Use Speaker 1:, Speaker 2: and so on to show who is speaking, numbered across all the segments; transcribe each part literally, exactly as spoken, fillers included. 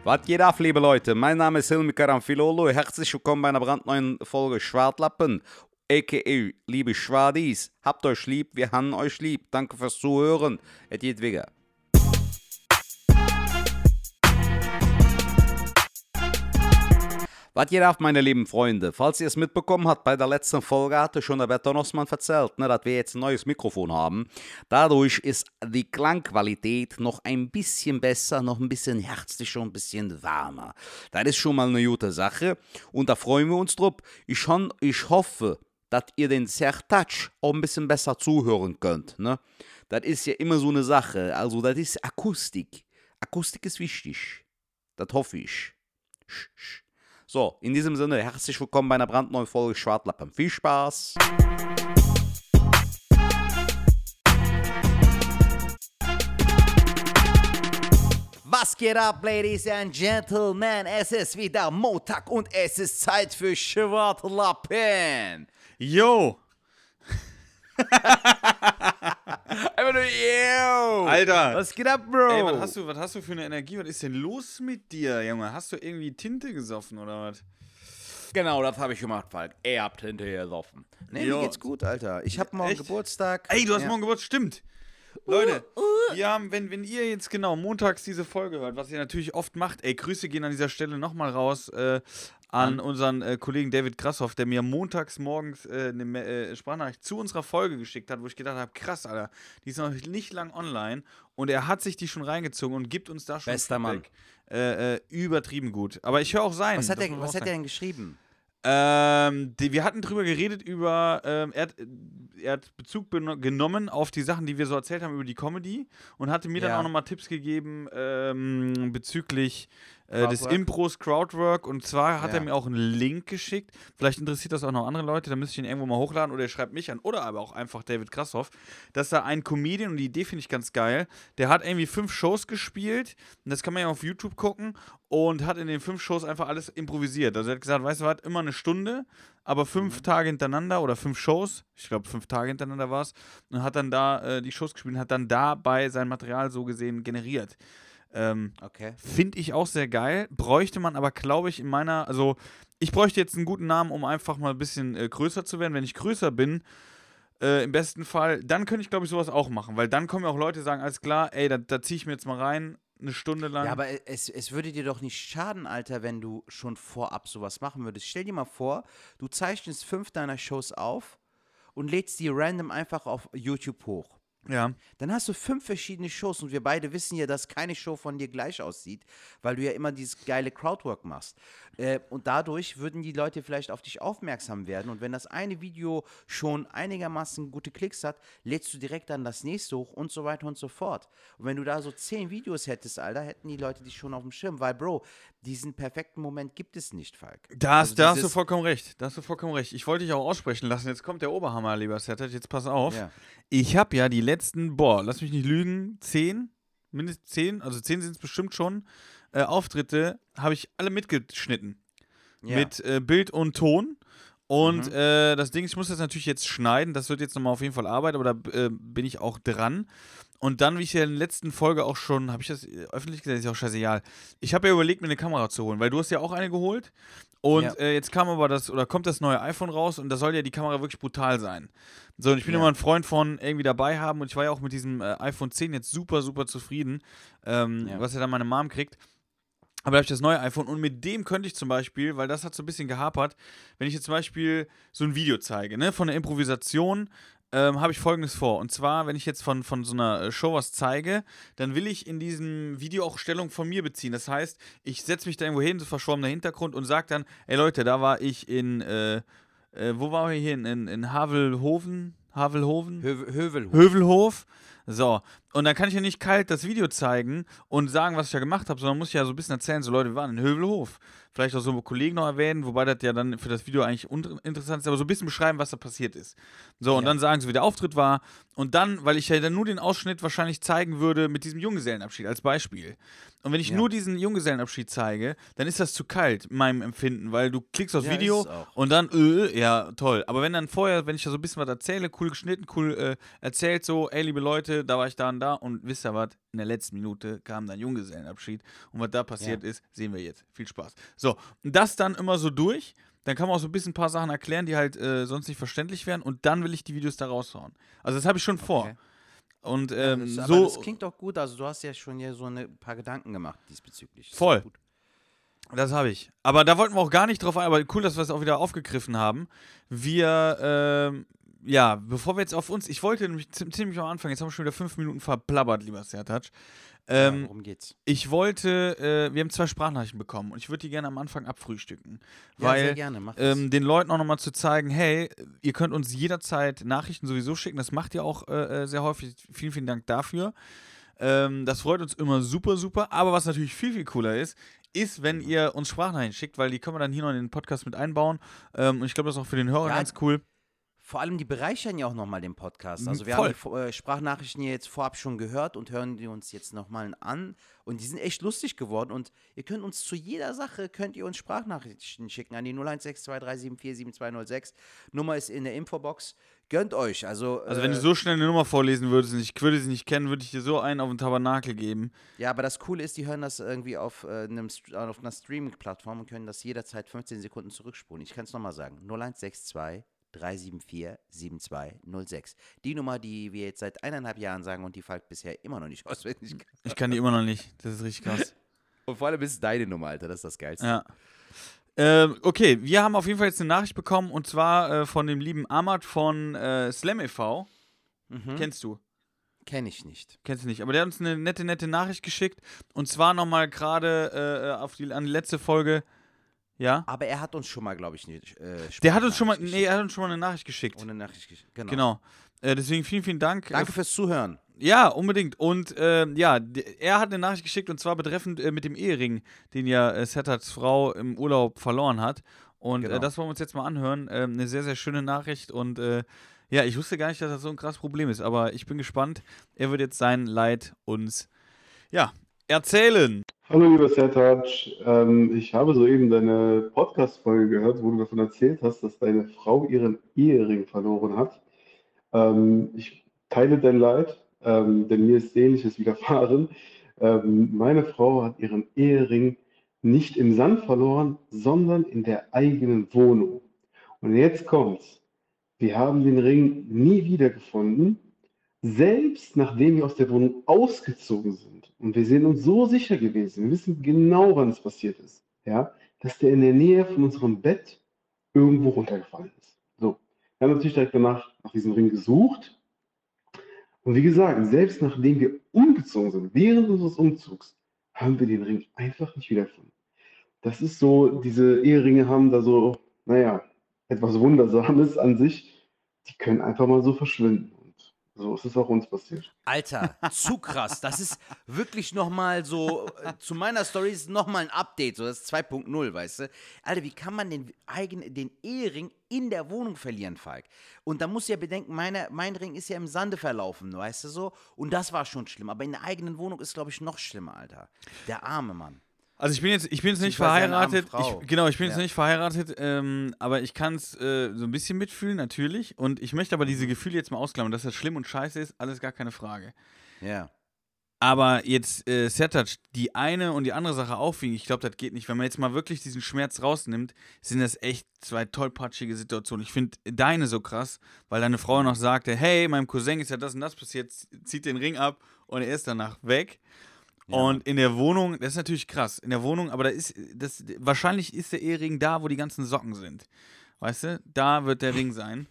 Speaker 1: Was geht ab, liebe Leute? Mein Name ist Hilmi Karamfilolo. Herzlich willkommen bei einer brandneuen Folge Schwartlappen, aka liebe Schwadis. Habt euch lieb, wir haben euch lieb. Danke fürs Zuhören. Es geht wieder. Was geht ab, meine lieben Freunde? Falls ihr es mitbekommen habt, bei der letzten Folge hatte schon der Berton Osman erzählt, ne, dass wir jetzt ein neues Mikrofon haben. Dadurch ist die Klangqualität noch ein bisschen besser, noch ein bisschen herzlicher, ein bisschen warmer. Das ist schon mal eine gute Sache und da freuen wir uns drauf. Ich, hon- ich hoffe, dass ihr den Sertac auch ein bisschen besser zuhören könnt. Ne? Das ist ja immer so eine Sache. Also das ist Akustik. Akustik ist wichtig. Das hoffe ich. Sch, sch. So, in diesem Sinne, herzlich willkommen bei einer brandneuen Folge Schwartlappen. Viel Spaß! Was geht ab, Ladies and Gentlemen? Es ist wieder Montag und es ist Zeit für Schwartlappen.
Speaker 2: Yo!
Speaker 1: Einfach nur, yo!
Speaker 2: Alter!
Speaker 1: Was geht ab, Bro?
Speaker 2: Ey, was hast du, was hast du für eine Energie? Was ist denn los mit dir, Junge? Hast du irgendwie Tinte gesoffen oder was?
Speaker 1: Genau, das habe ich gemacht, Falk. Er habt hinterher gesoffen. Nee,
Speaker 2: Jo.
Speaker 1: mir geht's gut, Alter. Ich hab morgen
Speaker 2: Echt?
Speaker 1: Geburtstag.
Speaker 2: Ey, du hast
Speaker 1: Ja.
Speaker 2: morgen Geburtstag, stimmt! Leute, wir haben, wenn, wenn ihr jetzt genau montags diese Folge hört, was ihr natürlich oft macht, ey, Grüße gehen an dieser Stelle nochmal raus äh, an unseren äh, Kollegen David Grasshoff, der mir montags morgens äh, eine Ma- äh, Sprachnachricht zu unserer Folge geschickt hat, wo ich gedacht habe, krass, Alter, die ist noch nicht lang online und er hat sich die schon reingezogen und gibt uns da schon
Speaker 1: Bester
Speaker 2: Feedback. Äh, äh, übertrieben gut. Aber ich höre auch sein.
Speaker 1: Was hat,
Speaker 2: das
Speaker 1: er,
Speaker 2: muss man
Speaker 1: was
Speaker 2: auch
Speaker 1: hat er
Speaker 2: sagen.
Speaker 1: denn geschrieben?
Speaker 2: Ähm, die, wir hatten drüber geredet, über, ähm, er, hat, er hat Bezug beno- genommen auf die Sachen, die wir so erzählt haben über die Comedy und hatte mir dann
Speaker 1: Ja.
Speaker 2: auch nochmal Tipps gegeben ähm, bezüglich äh, des
Speaker 1: Crowdwork?
Speaker 2: Impros, Crowdwork, und zwar hat
Speaker 1: Ja.
Speaker 2: er mir auch einen Link geschickt, vielleicht interessiert das auch noch andere Leute, da müsste ich ihn irgendwo mal hochladen oder er schreibt mich an oder aber auch einfach David Grasshoff, dass da ein Comedian, und die Idee finde ich ganz geil, der hat irgendwie fünf Shows gespielt und das kann man ja auf YouTube gucken und hat in den fünf Shows einfach alles improvisiert. Also er hat gesagt, weißt du was, immer eine Stunde, aber fünf
Speaker 1: Mhm.
Speaker 2: Tage hintereinander oder fünf Shows, ich glaube fünf Tage hintereinander war es, und hat dann da äh, die Shows gespielt und hat dann dabei sein Material so gesehen generiert. Ähm,
Speaker 1: Okay.
Speaker 2: Finde ich auch sehr geil, bräuchte man aber, glaube ich, in meiner, also ich bräuchte jetzt einen guten Namen, um einfach mal ein bisschen äh, größer zu werden. Wenn ich größer bin, äh, im besten Fall, dann könnte ich, glaube ich, sowas auch machen, weil dann kommen ja auch Leute, die sagen, alles klar, ey, da, da ziehe ich mir jetzt mal rein, eine Stunde lang.
Speaker 1: Ja, aber es, es würde dir doch nicht schaden, Alter, wenn du schon vorab sowas machen würdest. Stell dir mal vor, du zeichnest fünf deiner Shows auf und lädst die random einfach auf YouTube hoch.
Speaker 2: ja.
Speaker 1: Dann hast du fünf verschiedene Shows und wir beide wissen ja, dass keine Show von dir gleich aussieht, weil du ja immer dieses geile Crowdwork machst. Äh, und dadurch würden die Leute vielleicht auf dich aufmerksam werden und wenn das eine Video schon einigermaßen gute Klicks hat, lädst du direkt dann das nächste hoch und so weiter und so fort. Und wenn du da so zehn Videos hättest, Alter, hätten die Leute dich schon auf dem Schirm, weil, Bro, diesen perfekten Moment gibt es nicht, Falk.
Speaker 2: Da, hast,
Speaker 1: Also
Speaker 2: da hast du
Speaker 1: dieses-
Speaker 2: vollkommen recht. Da hast du vollkommen recht. Ich wollte dich auch aussprechen lassen. Jetzt kommt der Oberhammer, lieber Sertac. Jetzt pass auf.
Speaker 1: Ja.
Speaker 2: Ich habe ja die letzten, boah, lass mich nicht lügen, zehn, mindestens zehn, also zehn sind es bestimmt schon, äh, Auftritte, habe ich alle mitgeschnitten.
Speaker 1: Ja.
Speaker 2: Mit äh, Bild und Ton. Und
Speaker 1: Mhm.
Speaker 2: äh, das Ding, ich muss das natürlich jetzt schneiden. Das wird jetzt nochmal auf jeden Fall Arbeit, aber da äh, bin ich auch dran. Und dann, wie ich ja in der letzten Folge auch schon, habe ich das äh, öffentlich gesagt, ist ja auch scheißegal. Ich habe ja überlegt, mir eine Kamera zu holen, weil du hast ja auch eine geholt. Und
Speaker 1: Ja.
Speaker 2: äh, jetzt kam aber das, oder kommt das neue iPhone raus und da soll ja die Kamera wirklich brutal sein. So, und ich bin
Speaker 1: Ja.
Speaker 2: immer ein Freund von irgendwie dabei haben und ich war ja auch mit diesem äh, iPhone zehn jetzt super, super zufrieden, ähm,
Speaker 1: Ja.
Speaker 2: was ja dann meine Mom kriegt. Aber da habe ich das neue iPhone und mit dem könnte ich zum Beispiel, weil das hat so ein bisschen gehapert, wenn ich jetzt zum Beispiel so ein Video zeige, ne, von der Improvisation, ähm, habe ich Folgendes vor. Und zwar, wenn ich jetzt von, von so einer äh, Show was zeige, dann will ich in diesem Video auch Stellung von mir beziehen. Das heißt, ich setze mich da irgendwo hin, so verschwommener Hintergrund und sage dann, ey Leute, da war ich in, äh, äh, wo waren wir hier? In, in, in Havelhofen? Havelhofen?
Speaker 1: Hö Hövelhof.
Speaker 2: Hövelhof. So, und dann kann ich ja nicht kalt das Video zeigen und sagen, was ich ja gemacht habe, sondern muss ich ja so ein bisschen erzählen, so Leute, wir waren in Hövelhof. Vielleicht auch so Kollegen noch erwähnen, wobei das ja dann für das Video eigentlich uninteressant ist, aber so ein bisschen beschreiben, was da passiert ist. So, und
Speaker 1: Ja.
Speaker 2: dann sagen sie, wie der Auftritt war. Und dann, weil ich ja dann nur den Ausschnitt wahrscheinlich zeigen würde mit diesem Junggesellenabschied als Beispiel. Und wenn ich
Speaker 1: Ja.
Speaker 2: nur diesen Junggesellenabschied zeige, dann ist das zu kalt, meinem Empfinden, weil du klickst aufs
Speaker 1: Ja,
Speaker 2: Video
Speaker 1: ist es auch.
Speaker 2: und dann, äh, ja, toll. Aber wenn dann vorher, wenn ich da so ein bisschen was erzähle, cool geschnitten, cool äh, erzählt, so, ey, liebe Leute, heute, da war ich da und da und wisst ihr was, in der letzten Minute kam dann Junggesellenabschied und was da passiert
Speaker 1: Ja.
Speaker 2: ist, sehen wir jetzt. Viel Spaß. So, und das dann immer so durch, dann kann man auch so ein bisschen ein paar Sachen erklären, die halt äh, sonst nicht verständlich wären und dann will ich die Videos da raushauen. Also das habe ich schon vor.
Speaker 1: Okay.
Speaker 2: Und
Speaker 1: Ja,
Speaker 2: ähm,
Speaker 1: das, aber
Speaker 2: so,
Speaker 1: das klingt doch gut. Also du hast ja schon hier so ein paar Gedanken gemacht diesbezüglich. Das ist
Speaker 2: Voll.
Speaker 1: doch gut.
Speaker 2: das habe ich. Aber da wollten wir auch gar nicht drauf ein, aber cool, dass wir es auch wieder aufgegriffen haben. Wir, ähm, ja, bevor wir jetzt auf uns, ich wollte nämlich zi- ziemlich am Anfang, jetzt haben wir schon wieder fünf Minuten verplappert, lieber Sertac.
Speaker 1: Ja,
Speaker 2: Ähm,
Speaker 1: worum geht's?
Speaker 2: ich wollte, äh, wir haben zwei Sprachnachrichten bekommen und ich würde die gerne am Anfang abfrühstücken.
Speaker 1: Ja,
Speaker 2: weil
Speaker 1: sehr gerne. Mach das.
Speaker 2: ähm, den Leuten auch nochmal zu zeigen, hey, ihr könnt uns jederzeit Nachrichten sowieso schicken, das macht ihr auch äh, äh, sehr häufig. Vielen, vielen Dank dafür. Ähm, das freut uns immer super, super. Aber was natürlich viel, viel cooler ist, ist, wenn ihr uns Sprachnachrichten schickt, weil die können wir dann hier noch in den Podcast mit einbauen. Ähm, und ich glaube, das ist auch für den Hörer
Speaker 1: Ja,
Speaker 2: ganz cool.
Speaker 1: Vor allem, die bereichern ja auch nochmal den Podcast. Also wir
Speaker 2: Voll.
Speaker 1: haben die Vo- äh, Sprachnachrichten hier jetzt vorab schon gehört und hören die uns jetzt nochmal an. Und die sind echt lustig geworden. Und ihr könnt uns zu jeder Sache, könnt ihr uns Sprachnachrichten schicken an die null eins sechs zwei drei sieben vier sieben zwei null sechs. Nummer ist in der Infobox. Gönnt euch. Also,
Speaker 2: Also, wenn
Speaker 1: äh,
Speaker 2: du so schnell eine Nummer vorlesen würdest und ich würde sie nicht kennen, würde ich dir so einen auf den Tabernakel geben.
Speaker 1: ja, aber das Coole ist, die hören das irgendwie auf, äh, einem, St- auf einer Streaming-Plattform und können das jederzeit fünfzehn Sekunden zurückspulen. Ich kann es nochmal sagen. null eins sechs zwei drei sieben vier sieben zwei null sechs. Die Nummer, die wir jetzt seit eineinhalb Jahren sagen und die Falk bisher immer noch nicht auswendig kann.
Speaker 2: Ich kann die immer noch nicht. Das ist richtig krass.
Speaker 1: Und vor allem ist es deine Nummer, Alter. Das ist das Geilste.
Speaker 2: Ja. Ähm, okay, wir haben auf jeden Fall jetzt eine Nachricht bekommen und zwar äh, von dem lieben Ahmad von äh, Slam e V.
Speaker 1: Mhm.
Speaker 2: Kennst du?
Speaker 1: Kenn ich nicht.
Speaker 2: Kennst du nicht. Aber der hat uns eine nette, nette Nachricht geschickt. Und zwar nochmal gerade äh, auf die, an die letzte Folge. Ja?
Speaker 1: Aber er hat uns schon mal, glaube ich, nicht. Äh,
Speaker 2: Der hat uns schon mal,
Speaker 1: Sprachnachricht
Speaker 2: nee, er hat uns schon mal eine Nachricht geschickt.
Speaker 1: geschickt. Ohne Nachricht geschickt. Genau.
Speaker 2: Genau. Äh, deswegen vielen, vielen Dank.
Speaker 1: Danke fürs Zuhören.
Speaker 2: Ja, unbedingt. Und ähm, ja, d- er hat eine Nachricht geschickt und zwar betreffend äh, mit dem Ehering, den ja äh, Sertats Frau im Urlaub verloren hat. Und
Speaker 1: Genau.
Speaker 2: äh, das wollen wir uns jetzt mal anhören. Ähm, eine sehr, sehr schöne Nachricht. Und äh, ja, ich wusste gar nicht, dass das so ein krasses Problem ist. Aber ich bin gespannt. Er wird jetzt sein Leid uns ja, erzählen.
Speaker 3: Hallo lieber Sertac, ähm, ich habe soeben deine Podcast-Folge gehört, wo du davon erzählt hast, dass deine Frau ihren Ehering verloren hat. Ähm, ich teile dein Leid, ähm, denn mir ist Ähnliches widerfahren. Ähm, meine Frau hat ihren Ehering nicht im Sand verloren, sondern in der eigenen Wohnung. Und jetzt kommt's. Wir haben den Ring nie wiedergefunden, selbst nachdem wir aus der Wohnung ausgezogen sind. Und wir sind uns so sicher gewesen, wir wissen genau, wann es passiert ist, ja, dass der in der Nähe von unserem Bett irgendwo runtergefallen ist. So, wir haben natürlich direkt danach nach diesem Ring gesucht. Und wie gesagt, selbst nachdem wir umgezogen sind, während unseres Umzugs, haben wir den Ring einfach nicht wiedergefunden. Das ist so, diese Eheringe haben da so, naja, etwas Wundersames an sich. Die können einfach mal so verschwinden. Und so ist es auch uns passiert.
Speaker 1: Alter, zu krass. Das ist wirklich nochmal so, äh, zu meiner Story ist nochmal ein Update, so das ist zwei Punkt null, weißt du? Alter, wie kann man den, eigenen, den Ehering in der Wohnung verlieren, Falk? Und da musst du ja bedenken, meine, mein Ring ist ja im Sande verlaufen, weißt du so? Und das war schon schlimm, aber in der eigenen Wohnung ist, glaube ich, noch schlimmer, Alter. Der arme Mann.
Speaker 2: Also ich bin jetzt, ich bin jetzt nicht
Speaker 1: Beziehungsweise eine arme
Speaker 2: verheiratet.
Speaker 1: Frau.
Speaker 2: Ich, genau, ich bin jetzt
Speaker 1: Ja.
Speaker 2: nicht verheiratet, ähm, aber ich kann es äh, so ein bisschen mitfühlen, natürlich. Und ich möchte aber diese Gefühle jetzt mal ausklammern, dass das schlimm und scheiße ist, alles gar keine Frage.
Speaker 1: Ja.
Speaker 2: Aber jetzt, äh, Sertac, die eine und die andere Sache aufwiegen, ich glaube, das geht nicht. Wenn man jetzt mal wirklich diesen Schmerz rausnimmt, sind das echt zwei tollpatschige Situationen. Ich finde deine so krass, weil deine Frau noch sagte, hey, meinem Cousin ist ja das und das passiert, zieht den Ring ab und er ist danach weg.
Speaker 1: Ja,
Speaker 2: Und in der Wohnung, das ist natürlich krass, in der Wohnung, aber da ist, das, wahrscheinlich ist der Ehering da, wo die ganzen Socken sind. Weißt du? Da wird der Ring sein.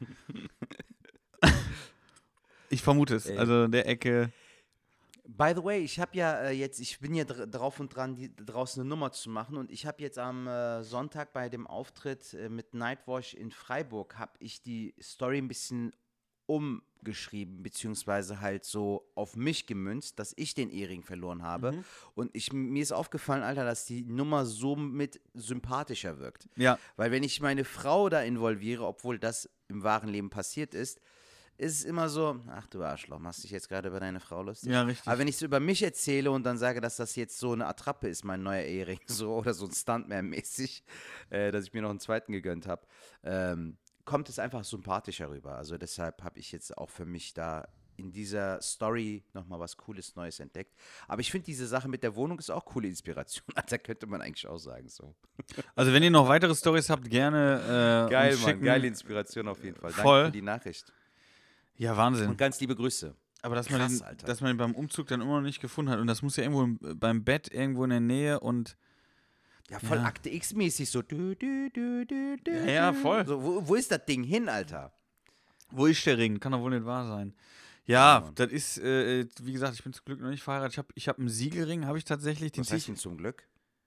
Speaker 2: Ich vermute es,
Speaker 1: Ey.
Speaker 2: also der Ecke.
Speaker 1: By the way, ich habe ja äh, jetzt, ich bin ja dr drauf und dran, die, draußen eine Nummer zu machen und ich habe jetzt am äh, Sonntag bei dem Auftritt äh, mit Nightwash in Freiburg, habe ich die Story ein bisschen umgeschrieben, beziehungsweise halt so auf mich gemünzt, dass ich den Ehering verloren habe.
Speaker 2: Mhm.
Speaker 1: Und ich, mir ist aufgefallen, Alter, dass die Nummer somit sympathischer wirkt.
Speaker 2: Ja,
Speaker 1: Weil wenn ich meine Frau da involviere, obwohl das im wahren Leben passiert ist, ist es immer so, ach du Arschloch, machst dich jetzt gerade über deine Frau lustig?
Speaker 2: ja, richtig.
Speaker 1: Aber wenn ich es über mich erzähle und dann sage, dass das jetzt so eine Attrappe ist, mein neuer Ehering, so oder so ein Stuntman-mäßig, äh, dass ich mir noch einen zweiten gegönnt habe, ähm, kommt es einfach sympathischer rüber. Also deshalb habe ich jetzt auch für mich da in dieser Story nochmal was Cooles, Neues entdeckt. Aber ich finde, diese Sache mit der Wohnung ist auch coole Inspiration. Da könnte man eigentlich auch sagen. So.
Speaker 2: Also wenn ihr noch weitere Storys habt, gerne äh,
Speaker 1: Geil,
Speaker 2: uns
Speaker 1: Mann,
Speaker 2: schicken.
Speaker 1: geile Inspiration auf jeden Fall.
Speaker 2: Voll.
Speaker 1: Danke für die Nachricht.
Speaker 2: Ja, Wahnsinn.
Speaker 1: Und ganz liebe Grüße.
Speaker 2: Aber dass,
Speaker 1: Krass,
Speaker 2: man den,
Speaker 1: Alter.
Speaker 2: dass man ihn beim Umzug dann immer noch nicht gefunden hat. Und das muss ja irgendwo im, beim Bett, irgendwo in der Nähe und
Speaker 1: Ja, voll
Speaker 2: Ja.
Speaker 1: Akte X-mäßig so. Du, du, du, du, du,
Speaker 2: Ja, ja,
Speaker 1: du.
Speaker 2: voll.
Speaker 1: So, wo, wo ist das Ding hin, Alter?
Speaker 2: wo ist der Ring? Kann doch wohl nicht wahr sein.
Speaker 1: Ja,
Speaker 2: Ja,
Speaker 1: Mann.
Speaker 2: das ist, äh, wie gesagt, ich bin zum Glück noch nicht verheiratet. Ich habe ich hab einen Siegelring, habe ich tatsächlich. Den
Speaker 1: Was
Speaker 2: zieh
Speaker 1: heißt
Speaker 2: ich,
Speaker 1: denn zum Glück?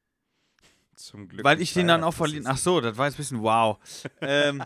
Speaker 1: Zum Glück.
Speaker 2: weil
Speaker 1: nicht
Speaker 2: ich den dann
Speaker 1: verheiratet,
Speaker 2: auch verliehen.
Speaker 1: das
Speaker 2: Ach
Speaker 1: ist-
Speaker 2: so, das war jetzt ein bisschen wow. ähm,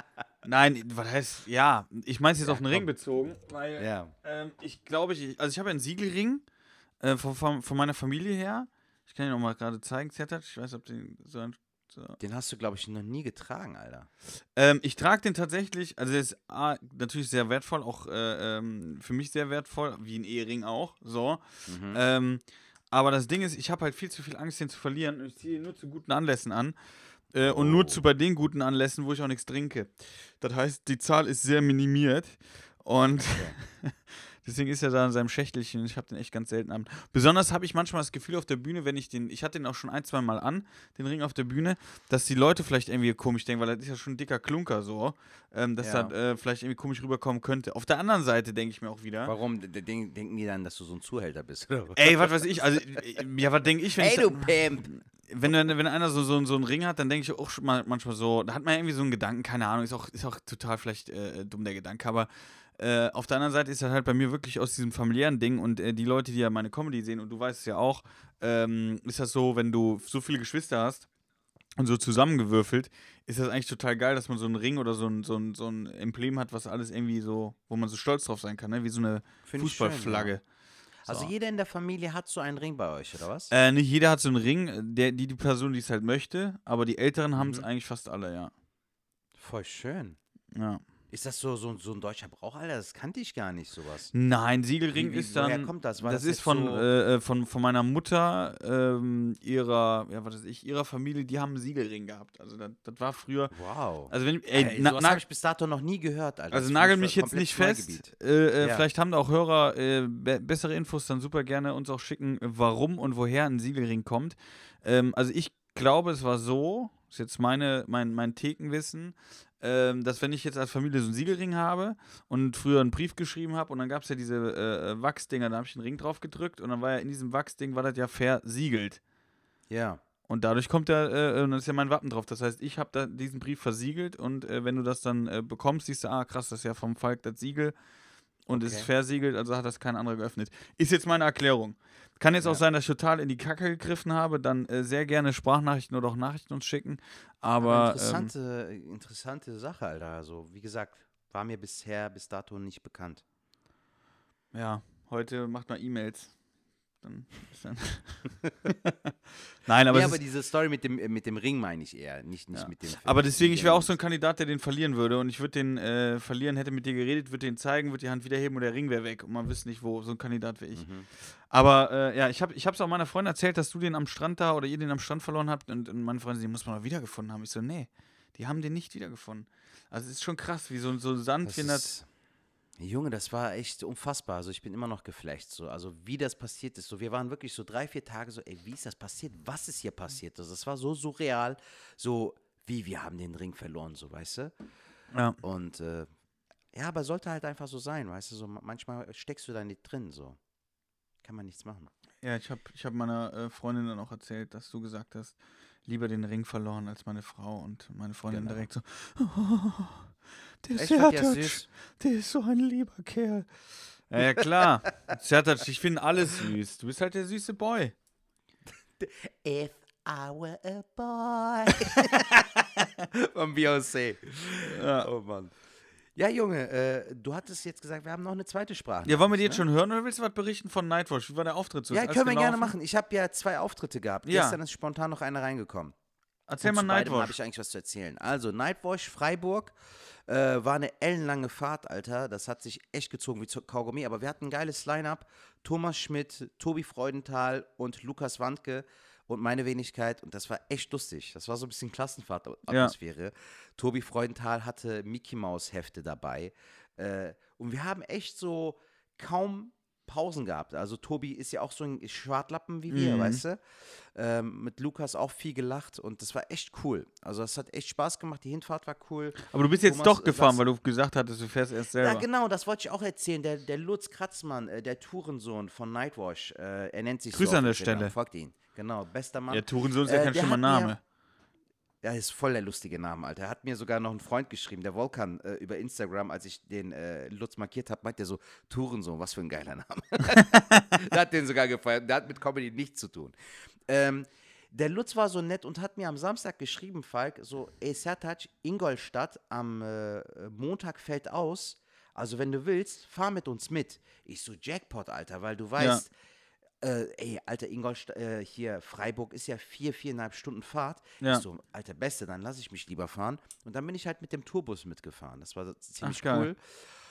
Speaker 2: nein, was heißt, ja, ich meine es jetzt
Speaker 1: Ja,
Speaker 2: auf den Ring
Speaker 1: komm.
Speaker 2: bezogen, weil
Speaker 1: Ja.
Speaker 2: ähm, ich glaube, ich, also ich habe einen Siegelring äh, von, von, von meiner Familie her. Ich kann ihn auch mal gerade zeigen, Zertat. Ich weiß, ob den so ein so.
Speaker 1: Den hast du, glaube ich, noch nie getragen, Alter.
Speaker 2: Ähm, ich trage den tatsächlich, also der ist A, natürlich sehr wertvoll, auch äh, ähm, für mich sehr wertvoll, wie ein Ehering auch, so.
Speaker 1: Mhm.
Speaker 2: Ähm, aber das Ding ist, ich habe halt viel zu viel Angst, den zu verlieren und ich ziehe ihn nur zu guten Anlässen an äh, und nur
Speaker 1: Oh.
Speaker 2: zu bei den guten Anlässen, wo ich auch nichts trinke. Das heißt, die Zahl ist sehr minimiert und deswegen ist er da in seinem Schächtelchen. Ich habe den echt ganz selten an. Besonders habe ich manchmal das Gefühl auf der Bühne, wenn ich den, ich hatte den auch schon ein, zwei Mal an, den Ring auf der Bühne, dass die Leute vielleicht irgendwie komisch denken, weil das ist ja schon ein dicker Klunker so, ähm, dass
Speaker 1: Ja.
Speaker 2: das äh, vielleicht irgendwie komisch rüberkommen könnte. Auf der anderen Seite denke ich mir auch wieder,
Speaker 1: Warum? D- d- denk- Denken die dann, dass du so ein Zuhälter bist? Oder? was?
Speaker 2: ey, was weiß ich, also, äh, ja, was denke ich, wenn
Speaker 1: Ey,
Speaker 2: ich
Speaker 1: du
Speaker 2: da,
Speaker 1: Pimp!
Speaker 2: wenn, wenn, wenn einer so, so, so einen Ring hat, dann denke ich auch schon mal manchmal so, da hat man irgendwie so einen Gedanken, keine Ahnung, ist auch, ist auch total vielleicht äh, dumm der Gedanke, aber äh, auf der anderen Seite ist das halt bei mir wirklich aus diesem familiären Ding und äh, die Leute, die ja meine Comedy sehen, und du weißt es ja auch, ähm, ist das so, wenn du so viele Geschwister hast und so zusammengewürfelt, ist das eigentlich total geil, dass man so einen Ring oder so ein, so ein, so ein Emblem hat, was alles irgendwie so, wo man so stolz drauf sein kann, ne? Wie so eine
Speaker 1: Find ich schön,
Speaker 2: Fußballflagge.
Speaker 1: ja. Also
Speaker 2: So.
Speaker 1: jeder in der Familie hat so einen Ring bei euch, oder was?
Speaker 2: Äh, nicht jeder hat so einen Ring, der, die, die Person, die es halt möchte, aber die Älteren haben es
Speaker 1: Mhm.
Speaker 2: eigentlich fast alle, ja.
Speaker 1: Voll schön.
Speaker 2: ja.
Speaker 1: Ist das so, so, so ein deutscher Brauch, Alter? Das kannte ich gar nicht, sowas.
Speaker 2: Nein, Siegelring
Speaker 1: Wie- wie-
Speaker 2: ist dann.
Speaker 1: woher kommt das? War
Speaker 2: das
Speaker 1: das
Speaker 2: ist
Speaker 1: jetzt
Speaker 2: von,
Speaker 1: so-
Speaker 2: äh, äh, von, von meiner Mutter, ähm, ihrer, ja, was weiß ich, ihrer Familie, die haben einen Siegelring gehabt. Also das, das war früher.
Speaker 1: Wow.
Speaker 2: Also wenn, ey,
Speaker 1: Ey,
Speaker 2: na,
Speaker 1: sowas
Speaker 2: na,
Speaker 1: habe ich bis dato noch nie gehört, Alter.
Speaker 2: also
Speaker 1: Das
Speaker 2: nagel
Speaker 1: ist
Speaker 2: mich
Speaker 1: für
Speaker 2: jetzt nicht
Speaker 1: komplett
Speaker 2: fest.
Speaker 1: Neugebiet.
Speaker 2: Äh, äh,
Speaker 1: Ja.
Speaker 2: Vielleicht haben da auch Hörer äh, be bessere Infos, dann super gerne uns auch schicken, warum und woher ein Siegelring kommt. Ähm, also ich glaube, es war so, ist jetzt meine, mein, mein Thekenwissen, ähm, dass wenn ich jetzt als Familie so einen Siegelring habe und früher einen Brief geschrieben habe und dann gab es ja diese äh, Wachsdinger, da habe ich den Ring drauf gedrückt und dann war ja in diesem Wachsding, war das ja versiegelt.
Speaker 1: Ja.
Speaker 2: Und dadurch kommt der, äh, und dann ist ja mein Wappen drauf. Das heißt, ich habe da diesen Brief versiegelt und äh, wenn du das dann äh, bekommst, siehst du, ah krass, das ist ja vom Falk das Siegel und
Speaker 1: Okay.
Speaker 2: ist versiegelt, also hat das kein anderer geöffnet. Ist jetzt meine Erklärung. Kann jetzt
Speaker 1: Ja.
Speaker 2: auch sein, dass ich total in die Kacke gegriffen habe, dann äh, sehr gerne Sprachnachrichten oder auch Nachrichten uns schicken. Aber,
Speaker 1: Aber
Speaker 2: ähm,
Speaker 1: interessante, interessante Sache, Alter. Also, wie gesagt, war mir bisher bis dato nicht bekannt.
Speaker 2: ja, heute macht man E-Mails. Dann ist dann Nein, aber,
Speaker 1: Nee,
Speaker 2: es
Speaker 1: aber
Speaker 2: ist,
Speaker 1: diese Story mit dem, äh, mit dem Ring meine ich eher, nicht, nicht
Speaker 2: Ja.
Speaker 1: mit dem
Speaker 2: aber deswegen, ich wäre auch so ein
Speaker 1: Siegelring.
Speaker 2: Kandidat, der den verlieren würde und ich würde den äh, verlieren, hätte mit dir geredet, würde den zeigen, würde die Hand wiederheben und der Ring wäre weg und man wüsste nicht wo, so ein Kandidat wäre ich.
Speaker 1: Mhm.
Speaker 2: Aber äh, ja, ich habe ich es auch meiner Freundin erzählt, dass du den am Strand da oder ihr den am Strand verloren habt und, und meine Freundin, den muss man mal wiedergefunden haben. Ich so, nee, die haben den nicht wiedergefunden. Also es ist schon krass, wie so, so Sand
Speaker 1: Das
Speaker 2: findet.
Speaker 1: ist, Junge, das war echt unfassbar. Also ich bin immer noch geflasht. So. Also wie das passiert ist. So, wir waren wirklich so drei, vier Tage so, ey, wie ist das passiert? Was ist hier passiert? Also, das war so surreal. So, wie, wir haben den Ring verloren, so, weißt du?
Speaker 2: Ja.
Speaker 1: Und äh, ja, aber sollte halt einfach so sein, weißt du? So, ma- manchmal steckst du da nicht drin, so. Kann man nichts machen.
Speaker 2: Ja, ich habe ich hab meiner äh, Freundin dann auch erzählt, dass du gesagt hast, lieber den Ring verloren als meine Frau. Und meine Freundin
Speaker 1: Genau.
Speaker 2: direkt so, oh, der
Speaker 1: Echt, fand die das
Speaker 2: Sertac,
Speaker 1: süß?
Speaker 2: der ist so ein lieber Kerl. Ja, ja klar. Sertac, ich finde alles süß. Du bist halt der süße Boy.
Speaker 1: If I were a boy. Von Beyoncé.
Speaker 2: Ja.
Speaker 1: Oh Mann. Ja, Junge, äh, du hattest jetzt gesagt, wir haben noch eine zweite Sprache.
Speaker 2: Ja, wollen wir die jetzt schon hören oder willst du was berichten von Nightwatch? Wie war der Auftritt so?
Speaker 1: Ja,
Speaker 2: Ist alles
Speaker 1: können wir gerne
Speaker 2: gelaufen?
Speaker 1: machen. Ich habe ja zwei Auftritte gehabt.
Speaker 2: Ja.
Speaker 1: Gestern ist spontan noch einer reingekommen.
Speaker 2: Erzähl
Speaker 1: Und
Speaker 2: mal
Speaker 1: zu beidem habe
Speaker 2: Nightwatch.
Speaker 1: ich eigentlich was zu erzählen. Also, Nightwatch Freiburg äh, war eine ellenlange Fahrt, Alter. Das hat sich echt gezogen wie zu Kaugummi. Aber wir hatten ein geiles Line-Up. Thomas Schmidt, Tobi Freudenthal und Lukas Wandke und meine Wenigkeit. Und das war echt lustig. Das war so ein bisschen Klassenfahrt-Atmosphäre. Tobi Freudenthal hatte Mickey Maus Hefte dabei. Äh, und wir haben echt so kaum Pausen gehabt. Also Tobi ist ja auch so ein Schwartlappen wie wir,
Speaker 2: Mhm.
Speaker 1: weißt du? Ähm, mit Lukas auch viel gelacht und das war echt cool. Also es hat echt Spaß gemacht, die Hinfahrt war cool.
Speaker 2: Aber du bist jetzt
Speaker 1: Thomas,
Speaker 2: doch
Speaker 1: äh,
Speaker 2: gefahren,
Speaker 1: saß-
Speaker 2: weil du gesagt hattest, du fährst erst
Speaker 1: Ja,
Speaker 2: selber.
Speaker 1: genau, das wollte ich auch erzählen. Der, der Lutz Kratzmann, äh, der Tourensohn von Nightwash, äh, er nennt sich
Speaker 2: Grüße
Speaker 1: so auf
Speaker 2: an der
Speaker 1: Instagram,
Speaker 2: Stelle.
Speaker 1: folgt ihn. Genau, bester Mann.
Speaker 2: Ja, Tourensohn ist ja
Speaker 1: Äh,
Speaker 2: kein
Speaker 1: der
Speaker 2: schlimmer
Speaker 1: hat mir-
Speaker 2: Name.
Speaker 1: Ja, ist voll der lustige Name, Alter. Er hat mir sogar noch ein Freund geschrieben, der Volkan, äh, über Instagram, als ich den äh, Lutz markiert habe, meint der so, Tourensohn, was für ein geiler Name. Der hat den sogar gefeiert. Der hat mit Comedy nichts zu tun. Ähm, der Lutz war so nett und hat mir am Samstag geschrieben, Falk, so, ey, Sertac, Ingolstadt am äh, Montag fällt aus. Also, wenn du willst, fahr mit uns mit. Ich so, Jackpot, Alter, weil du weißt, äh, ey, Alter, Ingolstadt, äh, hier, Freiburg ist ja vier, viereinhalb Stunden Fahrt.
Speaker 2: Ja.
Speaker 1: Ich so, Alter, Beste, dann lasse ich mich lieber fahren. Und dann bin ich halt mit dem Tourbus mitgefahren. Das war so ziemlich
Speaker 2: Ach, geil.
Speaker 1: cool.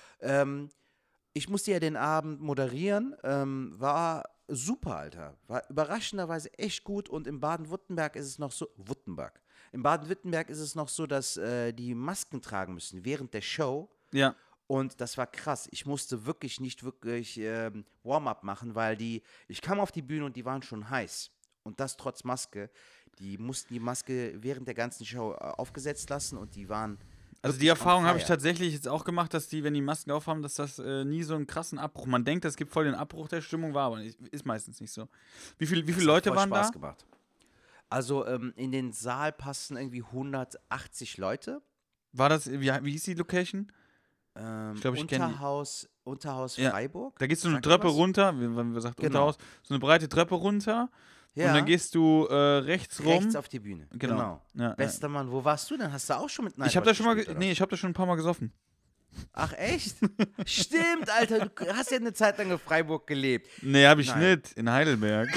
Speaker 1: Ähm, ich musste ja den Abend moderieren. Ähm, war super, Alter. War überraschenderweise echt gut. Und in Baden-Württemberg ist es noch so, Württemberg. In Baden-Württemberg ist es noch so, dass äh, die Masken tragen müssen während der Show.
Speaker 2: Ja.
Speaker 1: Und das war krass. Ich musste wirklich nicht wirklich ähm, Warm-up machen, weil die, ich kam auf die Bühne und die waren schon heiß. Und das trotz Maske. Die mussten die Maske während der ganzen Show äh, aufgesetzt lassen und die waren.
Speaker 2: Also
Speaker 1: wirklich
Speaker 2: die
Speaker 1: on
Speaker 2: Erfahrung habe ich
Speaker 1: fire.
Speaker 2: tatsächlich jetzt auch gemacht, dass die, wenn die Masken aufhaben, dass das äh, nie so einen krassen Abbruch. Man denkt, es gibt voll den Abbruch der Stimmung, war aber nicht, ist meistens nicht so. Wie, viel, wie
Speaker 1: Das
Speaker 2: viele
Speaker 1: hat
Speaker 2: Leute
Speaker 1: voll
Speaker 2: waren
Speaker 1: Spaß
Speaker 2: da?
Speaker 1: gemacht. Also ähm, in den Saal passen irgendwie hundertachtzig Leute.
Speaker 2: War das, wie, wie hieß die Location?
Speaker 1: Ähm,
Speaker 2: Ich glaub, ich kenn die.
Speaker 1: Unterhaus, Unterhaus
Speaker 2: Ja,
Speaker 1: Freiburg.
Speaker 2: Da gehst du eine
Speaker 1: Sagt ihr
Speaker 2: Treppe
Speaker 1: was?
Speaker 2: runter, wie wie wir sagt
Speaker 1: Genau.
Speaker 2: Unterhaus, so eine breite Treppe runter
Speaker 1: Ja,
Speaker 2: und dann gehst du äh, rechts rum.
Speaker 1: rechts auf die Bühne.
Speaker 2: Genau.
Speaker 1: Genau.
Speaker 2: Ja, ja.
Speaker 1: Bester Mann, wo warst du denn? Hast du auch schon mit
Speaker 2: Ich habe da
Speaker 1: Nightwatch
Speaker 2: schon mal,
Speaker 1: gespielt,
Speaker 2: ge-
Speaker 1: oder?
Speaker 2: nee, ich habe da schon ein paar Mal gesoffen.
Speaker 1: Ach, echt? Stimmt, Alter. Du hast ja eine Zeit lang in Freiburg gelebt.
Speaker 2: Nee, habe ich
Speaker 1: Nein.
Speaker 2: nicht, in Heidelberg.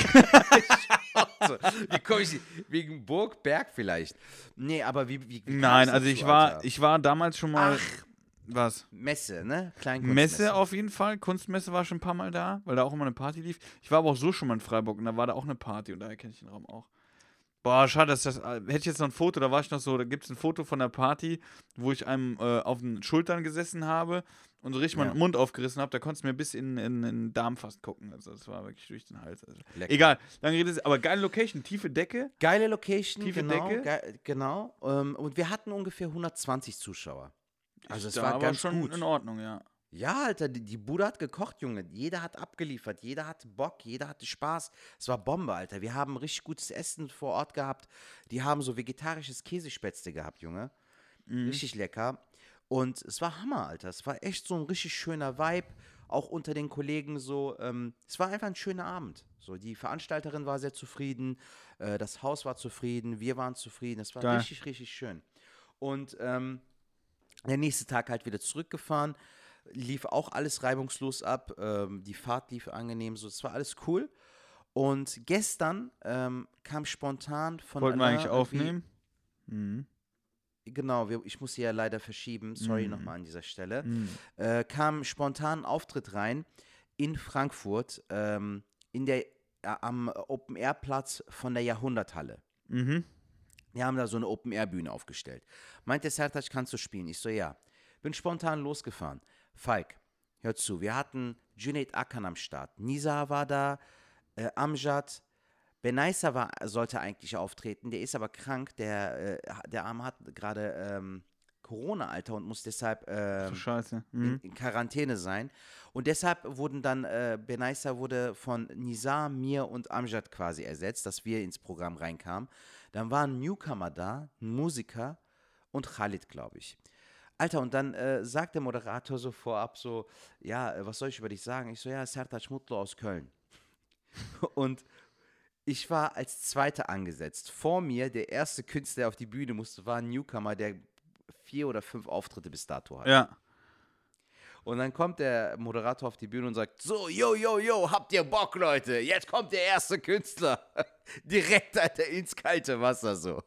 Speaker 1: So, wie komme ich wegen Burg, Berg vielleicht? Nee, aber wie, wie, wie
Speaker 2: Nein,
Speaker 1: kam's
Speaker 2: also
Speaker 1: dazu,
Speaker 2: ich war,
Speaker 1: Alter?
Speaker 2: ich war damals schon mal.
Speaker 1: Ach,
Speaker 2: Was?
Speaker 1: Messe, ne? Kleinkunstmesse.
Speaker 2: Messe auf jeden Fall. Kunstmesse war schon ein paar Mal da, weil da auch immer eine Party lief. Ich war aber auch so schon mal in Freiburg und da war da auch eine Party und daher kenne ich den Raum auch. Boah, schade, dass das. äh, Hätte ich jetzt noch ein Foto, da war ich noch so, da gibt es ein Foto von der Party, wo ich einem äh, auf den Schultern gesessen habe und so richtig
Speaker 1: Ja.
Speaker 2: meinen Mund aufgerissen habe. Da konntest du mir bis in, in, in den Darm fast gucken. Also das war wirklich durch den Hals. Also.
Speaker 1: Lecker.
Speaker 2: Egal, lange Rede ist, aber geile Location, tiefe Decke.
Speaker 1: Geile Location,
Speaker 2: Tiefe
Speaker 1: genau.
Speaker 2: Decke.
Speaker 1: Ge genau. Ähm, und wir hatten ungefähr hundertzwanzig Zuschauer. Also es
Speaker 2: Da
Speaker 1: war
Speaker 2: aber
Speaker 1: ganz
Speaker 2: schon
Speaker 1: gut.
Speaker 2: in Ordnung, ja.
Speaker 1: Ja, Alter, die, die Bude hat gekocht, Junge. Jeder hat abgeliefert, jeder hatte Bock, jeder hatte Spaß. Es war Bombe, Alter. Wir haben richtig gutes Essen vor Ort gehabt. Die haben so vegetarisches Käsespätzle gehabt, Junge.
Speaker 2: Mhm.
Speaker 1: Richtig lecker. Und es war Hammer, Alter. Es war echt so ein richtig schöner Vibe. Auch unter den Kollegen so. Ähm, es war einfach ein schöner Abend. So, die Veranstalterin war sehr zufrieden. Äh, das Haus war zufrieden. Wir waren zufrieden. Es war
Speaker 2: Geil.
Speaker 1: richtig, richtig schön. Und ähm, der nächste Tag halt wieder zurückgefahren. Lief auch alles reibungslos ab. Ähm, die Fahrt lief angenehm. So, es war alles cool. Und gestern ähm, kam spontan von
Speaker 2: Wollten wir
Speaker 1: Alain
Speaker 2: eigentlich
Speaker 1: irgendwie-
Speaker 2: aufnehmen? Mhm.
Speaker 1: Genau, wir, ich muss sie ja leider verschieben. Sorry
Speaker 2: Mhm.
Speaker 1: nochmal an dieser Stelle.
Speaker 2: Mhm.
Speaker 1: Äh, kam spontan ein Auftritt rein in Frankfurt ähm, in der, äh, am Open-Air-Platz von der Jahrhunderthalle.
Speaker 2: Mhm.
Speaker 1: Die haben da so eine Open-Air-Bühne aufgestellt. Meinte Sertac, kannst du spielen? Ich so, ja. Bin spontan losgefahren. Falk, hör zu, wir hatten Junaid Akan am Start. Nisa war da, äh, Amjad, Benaisa war, sollte eigentlich auftreten, der ist aber krank, der, äh, der Arme hat gerade ähm, Corona, Alter, und muss deshalb ähm,
Speaker 2: So scheiße.
Speaker 1: in,
Speaker 2: Mhm.
Speaker 1: in Quarantäne sein. Und deshalb wurden dann, äh, Benaisa wurde von Nizar, mir und Amjad quasi ersetzt, dass wir ins Programm reinkamen. Dann war ein Newcomer da, ein Musiker und Khalid, glaube ich. Alter, und dann äh, sagt der Moderator so vorab so, ja, äh, was soll ich über dich sagen? Ich so, ja, Sertac Mutlu aus Köln. Und ich war als Zweiter angesetzt. Vor mir, der erste Künstler, der auf die Bühne musste, war ein Newcomer, der vier oder fünf Auftritte bis dato hatte.
Speaker 2: Ja.
Speaker 1: Und dann kommt der Moderator auf die Bühne und sagt, so, yo, yo, yo, habt ihr Bock, Leute? Jetzt kommt der erste Künstler. Direkt, Alter, ins kalte Wasser so.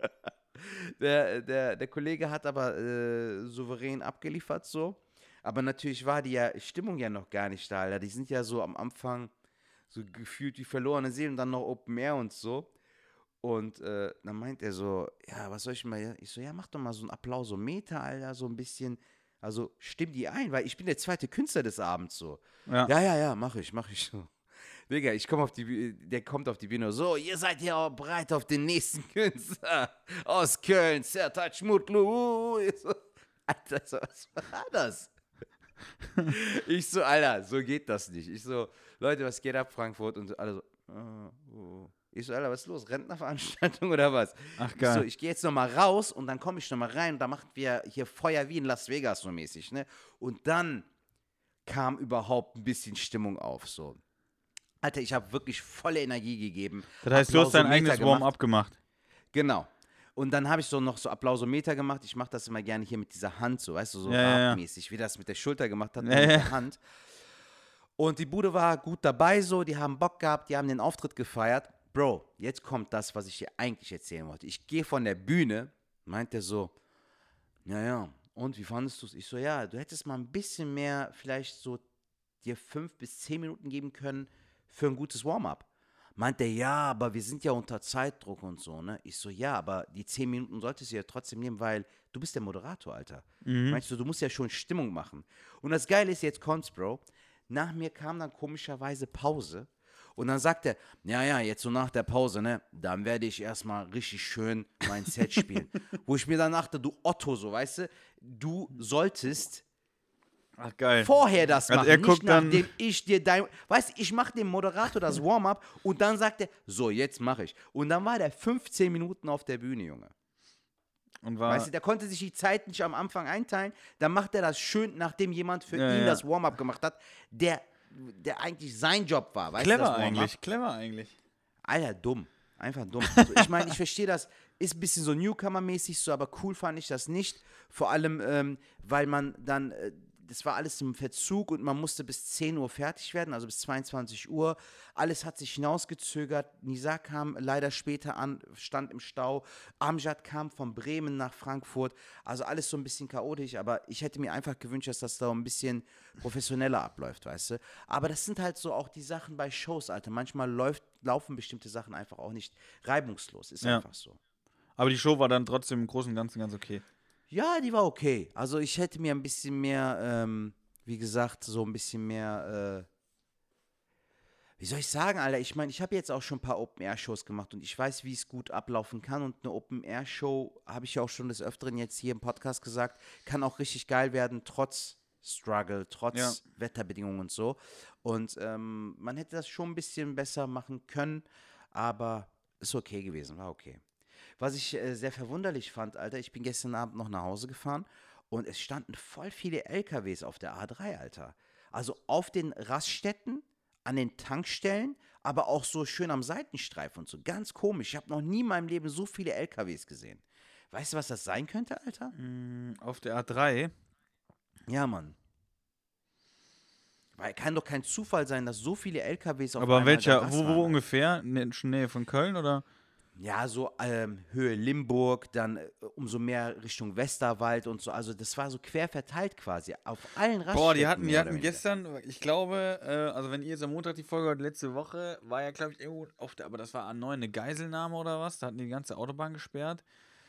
Speaker 1: Der, der, der Kollege hat aber äh, souverän abgeliefert so. Aber natürlich war die ja, Stimmung ja noch gar nicht da, Alter. Die sind ja so am Anfang so gefühlt wie verlorene Seelen und dann noch Open Air und so. Und äh, dann meint er so, ja, was soll ich mal, ich so, ja, mach doch mal so einen Applausometer, Alter, so ein bisschen. Also stimm die ein, weil ich bin der zweite Künstler des Abends so.
Speaker 2: Ja.
Speaker 1: Ja, ja, ja, mach ich, mach ich so. Digga, ich komme auf die Bühne, der kommt auf die Bühne, so, ihr seid ja auch bereit auf den nächsten Künstler aus Köln, Sertac Mutlu. Ich so, Alter, so, was war das? Ich so, Alter, so geht das nicht. Ich so, Leute, was geht ab, Frankfurt? Und alle so, oh, oh. Ich so, Alter, was ist los? Rentnerveranstaltung oder was?
Speaker 2: Ach,
Speaker 1: Ich
Speaker 2: geil.
Speaker 1: so, ich gehe jetzt nochmal raus und dann komme ich nochmal rein und da machen wir hier Feuer wie in Las Vegas so mäßig, ne? Und dann kam überhaupt ein bisschen Stimmung auf, so. Alter, ich habe wirklich volle Energie gegeben.
Speaker 2: Das heißt, du hast dein
Speaker 1: Applausometer
Speaker 2: eigenes Warm-up gemacht.
Speaker 1: Genau. Und dann habe ich so noch so Applausometer gemacht. Ich mache das immer gerne hier mit dieser Hand, so, weißt du, so
Speaker 2: Ja, ja, ja.
Speaker 1: rabmäßig, wie das mit der Schulter gemacht hat,
Speaker 2: Ja,
Speaker 1: mit
Speaker 2: ja.
Speaker 1: der Hand. Und die Bude war gut dabei, so, die haben Bock gehabt, die haben den Auftritt gefeiert. Bro, jetzt kommt das, was ich dir eigentlich erzählen wollte. Ich gehe von der Bühne, meint er so, ja, ja, und wie fandest du es? Ich so, ja, du hättest mal ein bisschen mehr, vielleicht so dir fünf bis zehn Minuten geben können für ein gutes Warm-up. Meint er, ja, aber wir sind ja unter Zeitdruck und so, ne? Ich so, ja, aber die zehn Minuten solltest du ja trotzdem nehmen, weil du bist der Moderator, Alter.
Speaker 2: Mhm.
Speaker 1: Meinst du, du musst ja schon Stimmung machen. Und das Geile ist, jetzt kommt's, Bro. Nach mir kam dann komischerweise Pause. Und dann sagt er, ja, ja, jetzt so nach der Pause, ne, dann werde ich erstmal richtig schön mein Set spielen. Wo ich mir dann dachte, du Otto, so, weißt du, du solltest
Speaker 2: Ach, geil.
Speaker 1: vorher das
Speaker 2: Also
Speaker 1: machen,
Speaker 2: er
Speaker 1: nicht
Speaker 2: guckt dann-
Speaker 1: nachdem ich dir dein, weißt du, ich mache dem Moderator das Warm-up und dann sagt er, so, jetzt mache ich. Und dann war der fünfzehn Minuten auf der Bühne, Junge.
Speaker 2: Und war,
Speaker 1: Weißt du, der konnte sich die Zeit nicht am Anfang einteilen, dann macht er das schön, nachdem jemand für
Speaker 2: Ja,
Speaker 1: ihn
Speaker 2: ja.
Speaker 1: das Warm-up gemacht hat, der, der eigentlich sein Job war, weißt du,
Speaker 2: clever
Speaker 1: das Warm-up?
Speaker 2: eigentlich, clever eigentlich.
Speaker 1: Alter, dumm. Einfach dumm. Also ich meine, ich verstehe das, ist ein bisschen so Newcomer-mäßig so, aber cool fand ich das nicht. Vor allem, ähm, weil man dann, äh, das war alles im Verzug und man musste bis zehn Uhr fertig werden, also bis zweiundzwanzig Uhr. Alles hat sich hinausgezögert. Nisa kam leider später an, stand im Stau. Amjad kam von Bremen nach Frankfurt. Also alles so ein bisschen chaotisch, aber ich hätte mir einfach gewünscht, dass das da ein bisschen professioneller abläuft, weißt du. Aber das sind halt so auch die Sachen bei Shows, Alter. Manchmal läuft, laufen bestimmte Sachen einfach auch nicht reibungslos. Ist
Speaker 2: Ja.
Speaker 1: einfach so.
Speaker 2: Aber die Show war dann trotzdem im Großen und Ganzen ganz okay.
Speaker 1: Ja, die war okay. Also ich hätte mir ein bisschen mehr, ähm, wie gesagt, so ein bisschen mehr, äh, wie soll ich sagen, Alter? Ich meine, ich habe jetzt auch schon ein paar Open-Air-Shows gemacht und ich weiß, wie es gut ablaufen kann. Und eine Open-Air-Show, habe ich ja auch schon des Öfteren jetzt hier im Podcast gesagt, kann auch richtig geil werden, trotz Struggle, trotz
Speaker 2: Ja.
Speaker 1: Wetterbedingungen und so. Und ähm, man hätte das schon ein bisschen besser machen können, aber ist okay gewesen, war okay. Was ich äh, sehr verwunderlich fand, Alter, ich bin gestern Abend noch nach Hause gefahren und es standen voll viele L K Ws auf der A drei, Alter. Also auf den Raststätten, an den Tankstellen, aber auch so schön am Seitenstreifen und so. Ganz komisch. Ich habe noch nie in meinem Leben so viele L K Ws gesehen. Weißt du, was das sein könnte, Alter?
Speaker 2: Mm, Auf der A drei.
Speaker 1: Ja, Mann. Weil kann doch kein Zufall sein, dass so viele L K Ws auf
Speaker 2: Aber
Speaker 1: einmal da
Speaker 2: welcher,
Speaker 1: Rast
Speaker 2: wo,
Speaker 1: waren,
Speaker 2: wo
Speaker 1: Alter.
Speaker 2: ungefähr? In der Nähe von Köln oder?
Speaker 1: Ja, so ähm, Höhe Limburg, dann äh, umso mehr Richtung Westerwald und so. Also das war so quer verteilt quasi auf allen Raststätten.
Speaker 2: Boah, die hatten, die
Speaker 1: mehr oder
Speaker 2: hatten
Speaker 1: weniger.
Speaker 2: gestern, ich glaube, äh, also wenn ihr jetzt am Montag die Folge hört, letzte Woche, war ja, glaube ich, irgendwo auf der, aber das war A neun, eine Geiselnahme oder was, da hatten die die ganze Autobahn gesperrt.